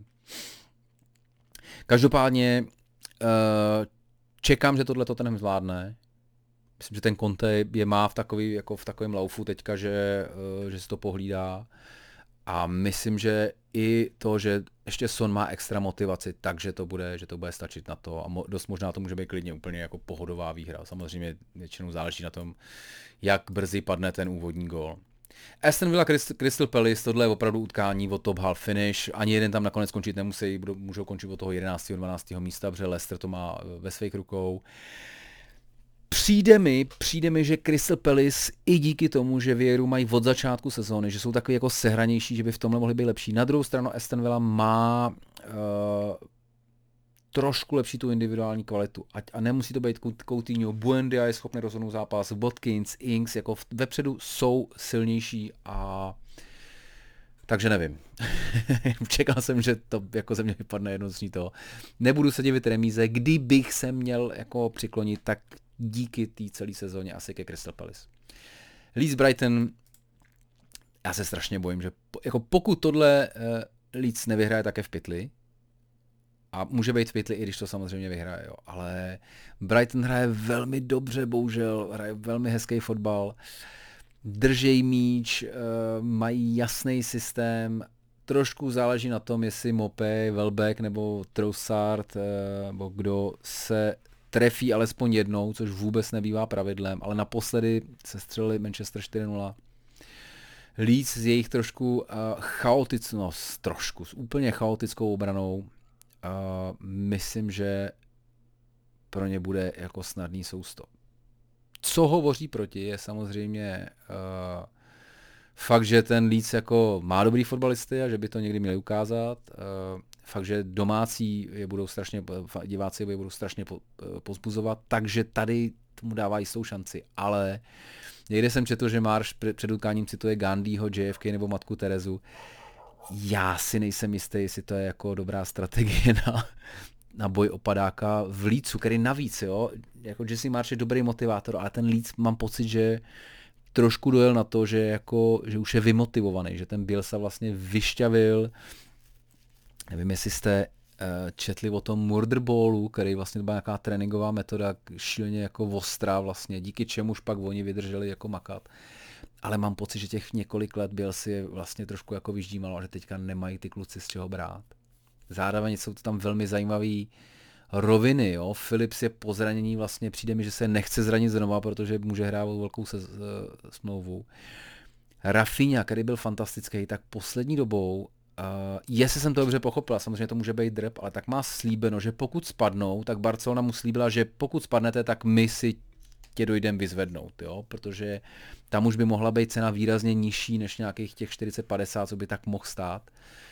Speaker 1: Každopádně čekám, že tohle Tottenham zvládne. Myslím, že ten Conte je má v takový, jako v takovém laufu teďka, že, že si to pohlídá. A myslím, že i to, že ještě Son má extra motivaci, takže to bude, že to bude stačit na to. A mo, dost možná to může být klidně úplně jako pohodová výhra. Samozřejmě většinou záleží na tom, jak brzy padne ten úvodní gól. Aston Villa Crystal Palace, tohle je opravdu utkání o top half finish. Ani jeden tam nakonec končit nemusí, budou, můžou končit od toho jedenáctého dvanáctého místa, protože Leicester to má ve svých rukou. Přijde mi, přijde mi, že Crystal Palace i díky tomu, že Vieiru mají od začátku sezóny, že jsou takový jako sehranější, že by v tomhle mohli být lepší. Na druhou stranu Aston Villa má uh, trošku lepší tu individuální kvalitu. Ať, a nemusí to být Coutinho, Buendia je schopný rozhodnout zápas, Watkins, Ings, jako v, vepředu jsou silnější a takže nevím. Čekal jsem, že to jako ze mě vypadne jedno z ní toho. Nebudu se divit remíze, kdybych se měl jako přiklonit, tak díky té celé sezóně asi ke Crystal Palace. Leeds Brighton, já se strašně bojím, že po, jako pokud tohle uh, Leeds nevyhraje, tak je v pytli. A může být v pytli, i když to samozřejmě vyhraje, jo. Ale Brighton hraje velmi dobře, bohužel, hraje velmi hezký fotbal. Držej míč, uh, mají jasný systém, trošku záleží na tom, jestli Mopé, Welbeck nebo Trossard, uh, nebo kdo se trefí alespoň jednou, což vůbec nebývá pravidlem, ale naposledy se střelili Manchester čtyři nula. Leeds s jejich trošku uh, chaoticnost, trošku, s úplně chaotickou obranou, uh, myslím, že pro ně bude jako snadný sousto. Co hovoří proti, je samozřejmě uh, fakt, že ten Leeds jako má dobrý fotbalisty a že by to někdy měli ukázat. Uh, fakt, že domácí je budou strašně, diváci je budou strašně po, pozbuzovat, takže tady tomu dává jistou šanci. Ale někde jsem četl, že Marš před utkáním cituje Gandhiho, J F K nebo Matku Terezu. Já si nejsem jistý, jestli to je jako dobrá strategie na, na boj o padáka v Leedsu, který navíc, jo, jako Jesse Marsh je dobrý motivátor, ale ten Leeds mám pocit, že trošku dojel na to, že, jako, že už je vymotivovaný, že ten Bielsa vlastně vyšťavil, nevím, jestli jste uh, četli o tom Murder Ballu, který vlastně byla nějaká tréninková metoda, šíleně jako ostrá vlastně, díky čemuž pak oni vydrželi jako makat. Ale mám pocit, že těch několik let Bielsa je vlastně trošku jako vyždímalo, že teďka nemají ty kluci z čeho brát. Zároveň jsou to tam velmi zajímavý roviny, jo. Phillips je po zranění, vlastně přijde mi, že se nechce zranit znova, protože může hrát velkou se, uh, smlouvu. Rafinha, který byl fantastický, tak poslední dobou, uh, jestli jsem to dobře pochopil, samozřejmě to může být drb, ale tak má slíbeno, že pokud spadnou, tak Barcelona mu slíbila, že pokud spadnete, tak my si tě dojdeme vyzvednout, jo, protože tam už by mohla být cena výrazně nižší než nějakých těch čtyřicet padesát, co by tak mohl stát.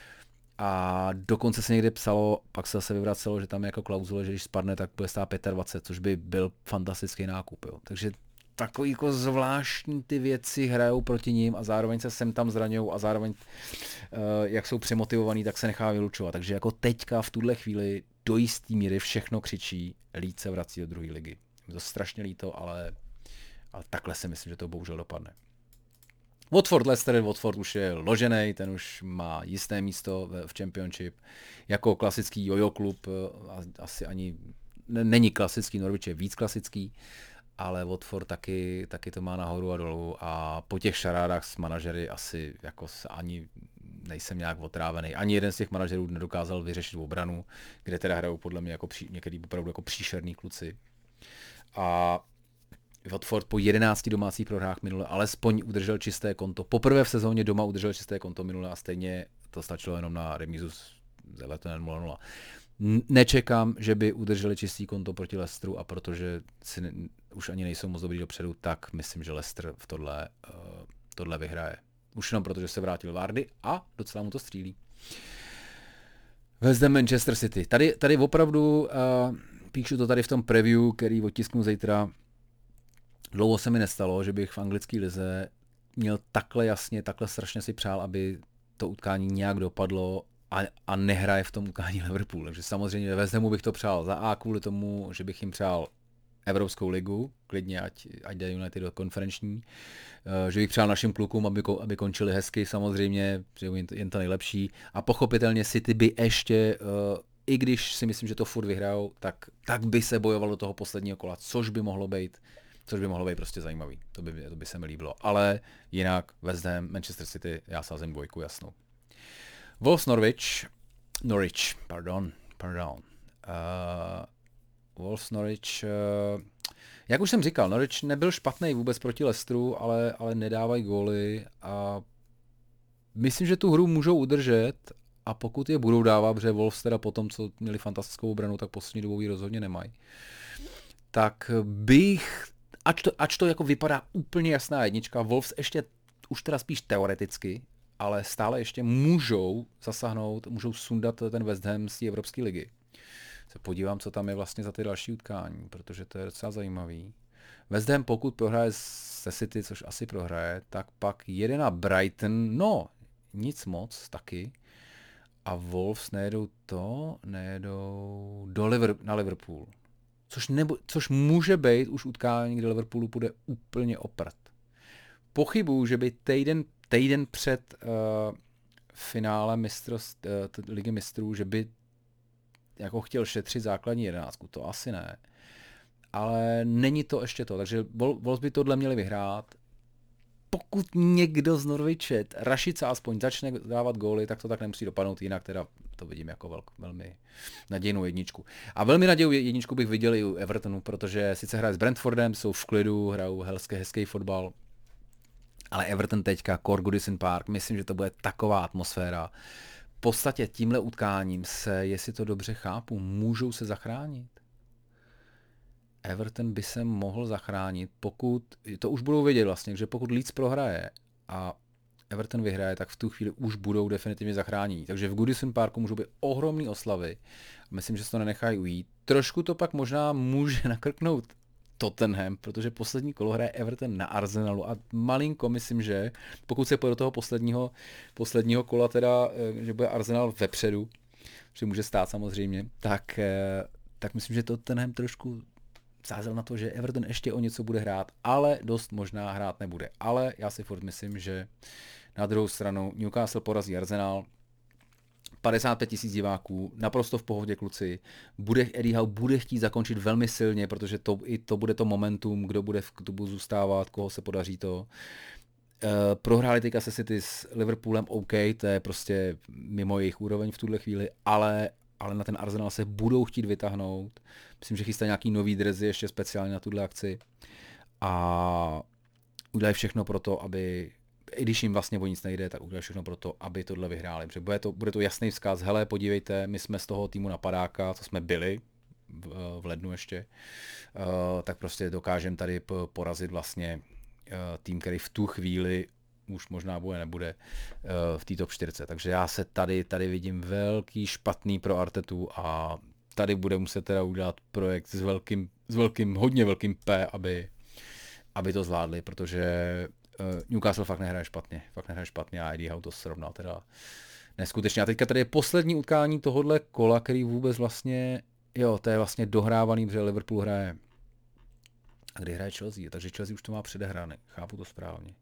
Speaker 1: A dokonce se někde psalo, pak se zase vyvracelo, že tam je jako klauzule, že když spadne, tak bude stát dvacet pět, což by byl fantastický nákup. Jo. Takže takový jako zvláštní ty věci hrajou proti ním a zároveň se sem tam zraňují a zároveň, uh, jak jsou přemotivovaný, tak se nechá vylučovat. Takže jako teďka v tuhle chvíli do jistý míry všechno křičí, Leeds se vrací do druhé ligy. Je to strašně líto, ale, ale takhle si myslím, že to bohužel dopadne. Watford, Leicester, Watford už je ložený, ten už má jisté místo v Championship. Jako klasický jojo klub, asi ani není klasický, Norwich je víc klasický, ale Watford taky, taky to má nahoru a dolů a po těch šarádách s manažery asi jako ani nejsem nějak otrávený. Ani jeden z těch manažerů nedokázal vyřešit obranu, kde teda hrajou podle mě jako pří, některý opravdu jako příšerný kluci. A Watford po jedenácti domácích prohrách minule alespoň udržel čisté konto. Poprvé v sezóně doma udržel čisté konto minule a stejně to stačilo jenom na remízu s Evertonem nula nula. Nečekám, že by udrželi čistý konto proti Leicesteru a protože si ne, už ani nejsou moc dobrý dopředu, tak myslím, že Leicester v tohle, uh, tohle vyhraje. Už jenom protože se vrátil Vardy a docela mu to střílí. West Ham Manchester City. Tady, tady opravdu, uh, píšu to tady v tom preview, který otisknu zítra. Dlouho se mi nestalo, že bych v anglické lize měl takhle jasně, takhle strašně si přál, aby to utkání nějak dopadlo a, a nehraje v tom utkání Liverpool. Takže samozřejmě ve West Hamu bych to přál za A kvůli tomu, že bych jim přál Evropskou ligu, klidně ať, ať jde United do konferenční, že bych přál našim klukům, aby, aby končili hezky samozřejmě, že jen, jen to nejlepší a pochopitelně City by ještě, i když si myslím, že to furt vyhrajou, tak, tak by se bojovalo do toho posledního kola, což by mohlo být Což by mohlo být prostě zajímavý. To by, to by se mi líbilo. Ale jinak West Ham, Manchester City, já sázím dvojku jasnou. Wolves Norwich. Norwich, pardon. Pardon. Uh, Wolves Norwich. Uh, jak už jsem říkal, Norwich nebyl špatný vůbec proti Leicesteru, ale, ale nedávají góly a myslím, že tu hru můžou udržet a pokud je budou dávat, protože Wolves teda po tom, co měli fantastickou obranu, tak poslední dobou ji rozhodně nemají. tak bych, ač to, ač to jako vypadá úplně jasná jednička, Wolves ještě už teda spíš teoreticky, ale stále ještě můžou zasáhnout, můžou sundat ten West Ham z té Evropské ligy. Se podívám, co tam je vlastně za ty další utkání, protože to je docela zajímavý. West Ham, pokud prohraje se City, což asi prohraje, tak pak jede na Brighton, no, nic moc taky. A Wolves nejedou to, nejedou do Liver, na Liverpool. Což, nebo, což může být už utkání, kde Liverpoolu bude úplně oprt. Pochybuju, že by týden, týden před uh, finále mistrovství, uh, ligy mistrů, že by jako chtěl šetřit základní jedenáctku, to asi ne. Ale není to ještě to, takže Wolves by tohle měli vyhrát. Pokud někdo z Norwiche, Rašica aspoň začne dávat góly, tak to tak nemusí dopadnout, jinak teda to vidím jako velk, velmi nadějnou jedničku. A velmi nadějnou jedničku bych viděl i u Evertonu, protože sice hraje s Brentfordem, jsou v klidu, hrajou hezký, hezký fotbal, ale Everton teďka, Core Goodison Park, myslím, že to bude taková atmosféra. V podstatě tímhle utkáním se, jestli to dobře chápu, můžou se zachránit. Everton by se mohl zachránit, pokud, to už budou vědět vlastně, že pokud Leeds prohraje a Everton vyhraje, tak v tu chvíli už budou definitivně zachráněni. Takže v Goodison Parku můžou být ohromné oslavy. Myslím, že se to nenechají ujít. Trošku to pak možná může nakrknout Tottenham, protože poslední kolo hraje Everton na Arsenalu a malinko myslím, že pokud se pojde do toho posledního, posledního kola teda, že bude Arsenal vepředu, že může stát samozřejmě, tak, tak myslím, že Tottenham trošku sázel na to, že Everton ještě o něco bude hrát, ale dost možná hrát nebude. Ale já si furt myslím, že na druhou stranu Newcastle porazí Arsenal, padesát pět tisíc diváků, naprosto v pohodě kluci, bude, Eddie Howe bude chtít zakončit velmi silně, protože to, i to bude to momentum, kdo bude v klubu zůstávat, koho se podaří to. Uh, prohráli teďka se City s Liverpoolem, OK, to je prostě mimo jejich úroveň v tuhle chvíli, ale ale na ten Arsenal se budou chtít vytáhnout. Myslím, že chystají nějaký nový dresy ještě speciálně na tuhle akci. A udělají všechno pro to, aby, i když jim vlastně o nic nejde, tak udělají všechno pro to, aby tohle vyhráli. Protože bude to, bude to jasný vzkaz, hele, podívejte, my jsme z toho týmu napadáka, co jsme byli v, v lednu ještě, uh, tak prostě dokážeme tady porazit vlastně uh, tým, který v tu chvíli už možná bude, nebude uh, v té top čtyřce. Takže já se tady, tady vidím velký špatný pro Artetu a tady bude muset teda udělat projekt s velkým, s velkým, hodně velkým P, aby, aby to zvládli, protože uh, Newcastle fakt nehraje špatně, fakt nehraje špatně a Eddie Howe to srovnal teda neskutečně. A teďka tady je poslední utkání tohohle kola, který vůbec vlastně, jo, to je vlastně dohrávaný, protože Liverpool hraje. A kdy hraje Chelsea? Takže Chelsea už to má předehraný, chápu to správně.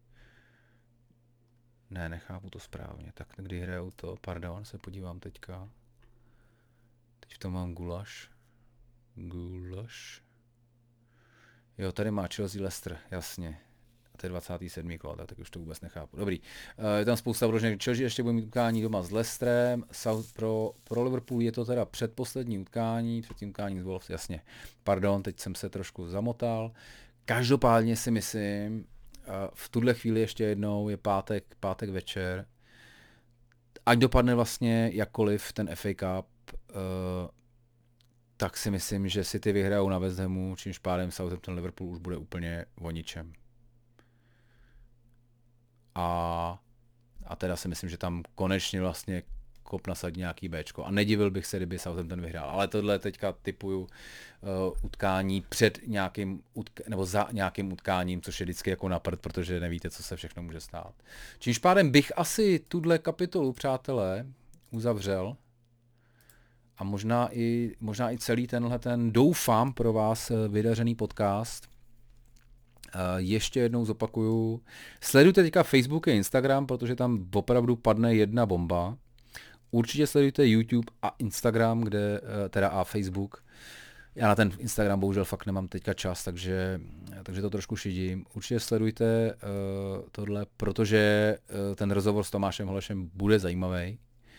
Speaker 1: Ne, nechápu to správně. Tak kdy hrajou to, pardon, se podívám teďka. Teď v tom mám gulaš. Gulaš. Jo, tady má Chelsea Leicester, jasně. A to je dvacátý sedmý kolo, tak už to vůbec nechápu. Dobrý. Uh, je tam spousta vložených. Chelsea ještě bude mít utkání doma s Leicesterem. South pro, pro Liverpool je to teda předposlední utkání, před tím utkání s Wolves, jasně. Pardon, teď jsem se trošku zamotal. Každopádně si myslím, v tuhle chvíli ještě jednou je pátek, pátek večer. Ať dopadne vlastně jakkoliv ten F A Cup, uh, tak si myslím, že City vyhrajou na West Hamu, čímž pádem Southampton Liverpool už bude úplně o ničem. A, a teda si myslím, že tam konečně vlastně kop nasadí nějaký Bčko. A nedivil bych se, kdyby Southampton vyhrál. Ale tohle teďka typuju uh, utkání před nějakým, utk- nebo za nějakým utkáním, což je vždycky jako na prd, protože nevíte, co se všechno může stát. Čímž pádem bych asi tuhle kapitolu, přátelé, uzavřel. A možná i, možná i celý tenhle ten, doufám, pro vás vydařený podcast. Uh, ještě jednou zopakuju. Sledujte teďka Facebook a Instagram, protože tam opravdu padne jedna bomba. Určitě sledujte YouTube a Instagram, kde, teda a Facebook. Já na ten Instagram bohužel fakt nemám teďka čas, takže, takže to trošku šidím. Určitě sledujte uh, tohle, protože uh, ten rozhovor s Tomášem Holešem bude zajímavý.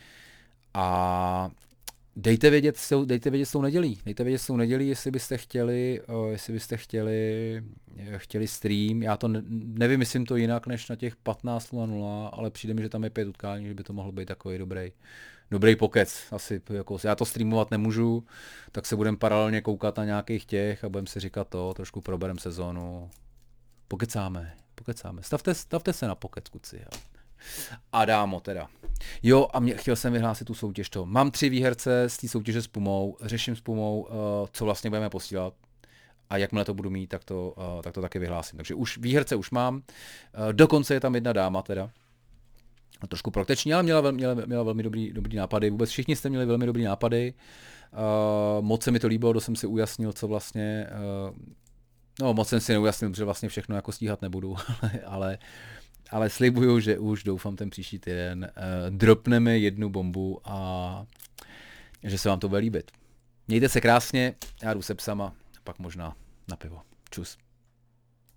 Speaker 1: A dejte vědět, dejte vědět s tou nedělí. Dejte vědět s tou nedělí, jestli byste chtěli, uh, jestli byste chtěli, chtěli stream. Já to ne, nevymyslím to jinak než na těch patnáct nula nula, ale přijde mi, že tam je pět utkání, že by to mohlo být takový dobrý, dobrý pokec. Asi jako, já to streamovat nemůžu, tak se budeme paralelně koukat na nějakých těch a budeme si říkat to, trošku proberem sezónu. Pokecáme, pokecáme. Stavte, stavte se na pokec, kuci. Jo. A dámo teda. Jo, a mě, chtěl jsem vyhlásit tu soutěž to. Mám tři výherce z té soutěže s Pumou, řeším s Pumou, uh, co vlastně budeme posílat. A jakmile to budu mít, tak to, uh, tak to taky vyhlásím. Takže už výherce už mám. Uh, dokonce je tam jedna dáma teda. Trošku proteční, ale měla, měla, měla velmi dobrý, dobrý nápady. Vůbec všichni jste měli velmi dobrý nápady. Uh, moc se mi to líbilo, to jsem si ujasnil, co vlastně... Uh, no, moc jsem si neujasnil, protože vlastně všechno jako stíhat nebudu, ale, ale slibuju, že už doufám ten příští týden uh, dropneme jednu bombu a že se vám to bude líbit. Mějte se krásně, já jdu se psama, pak možná na pivo. Čus.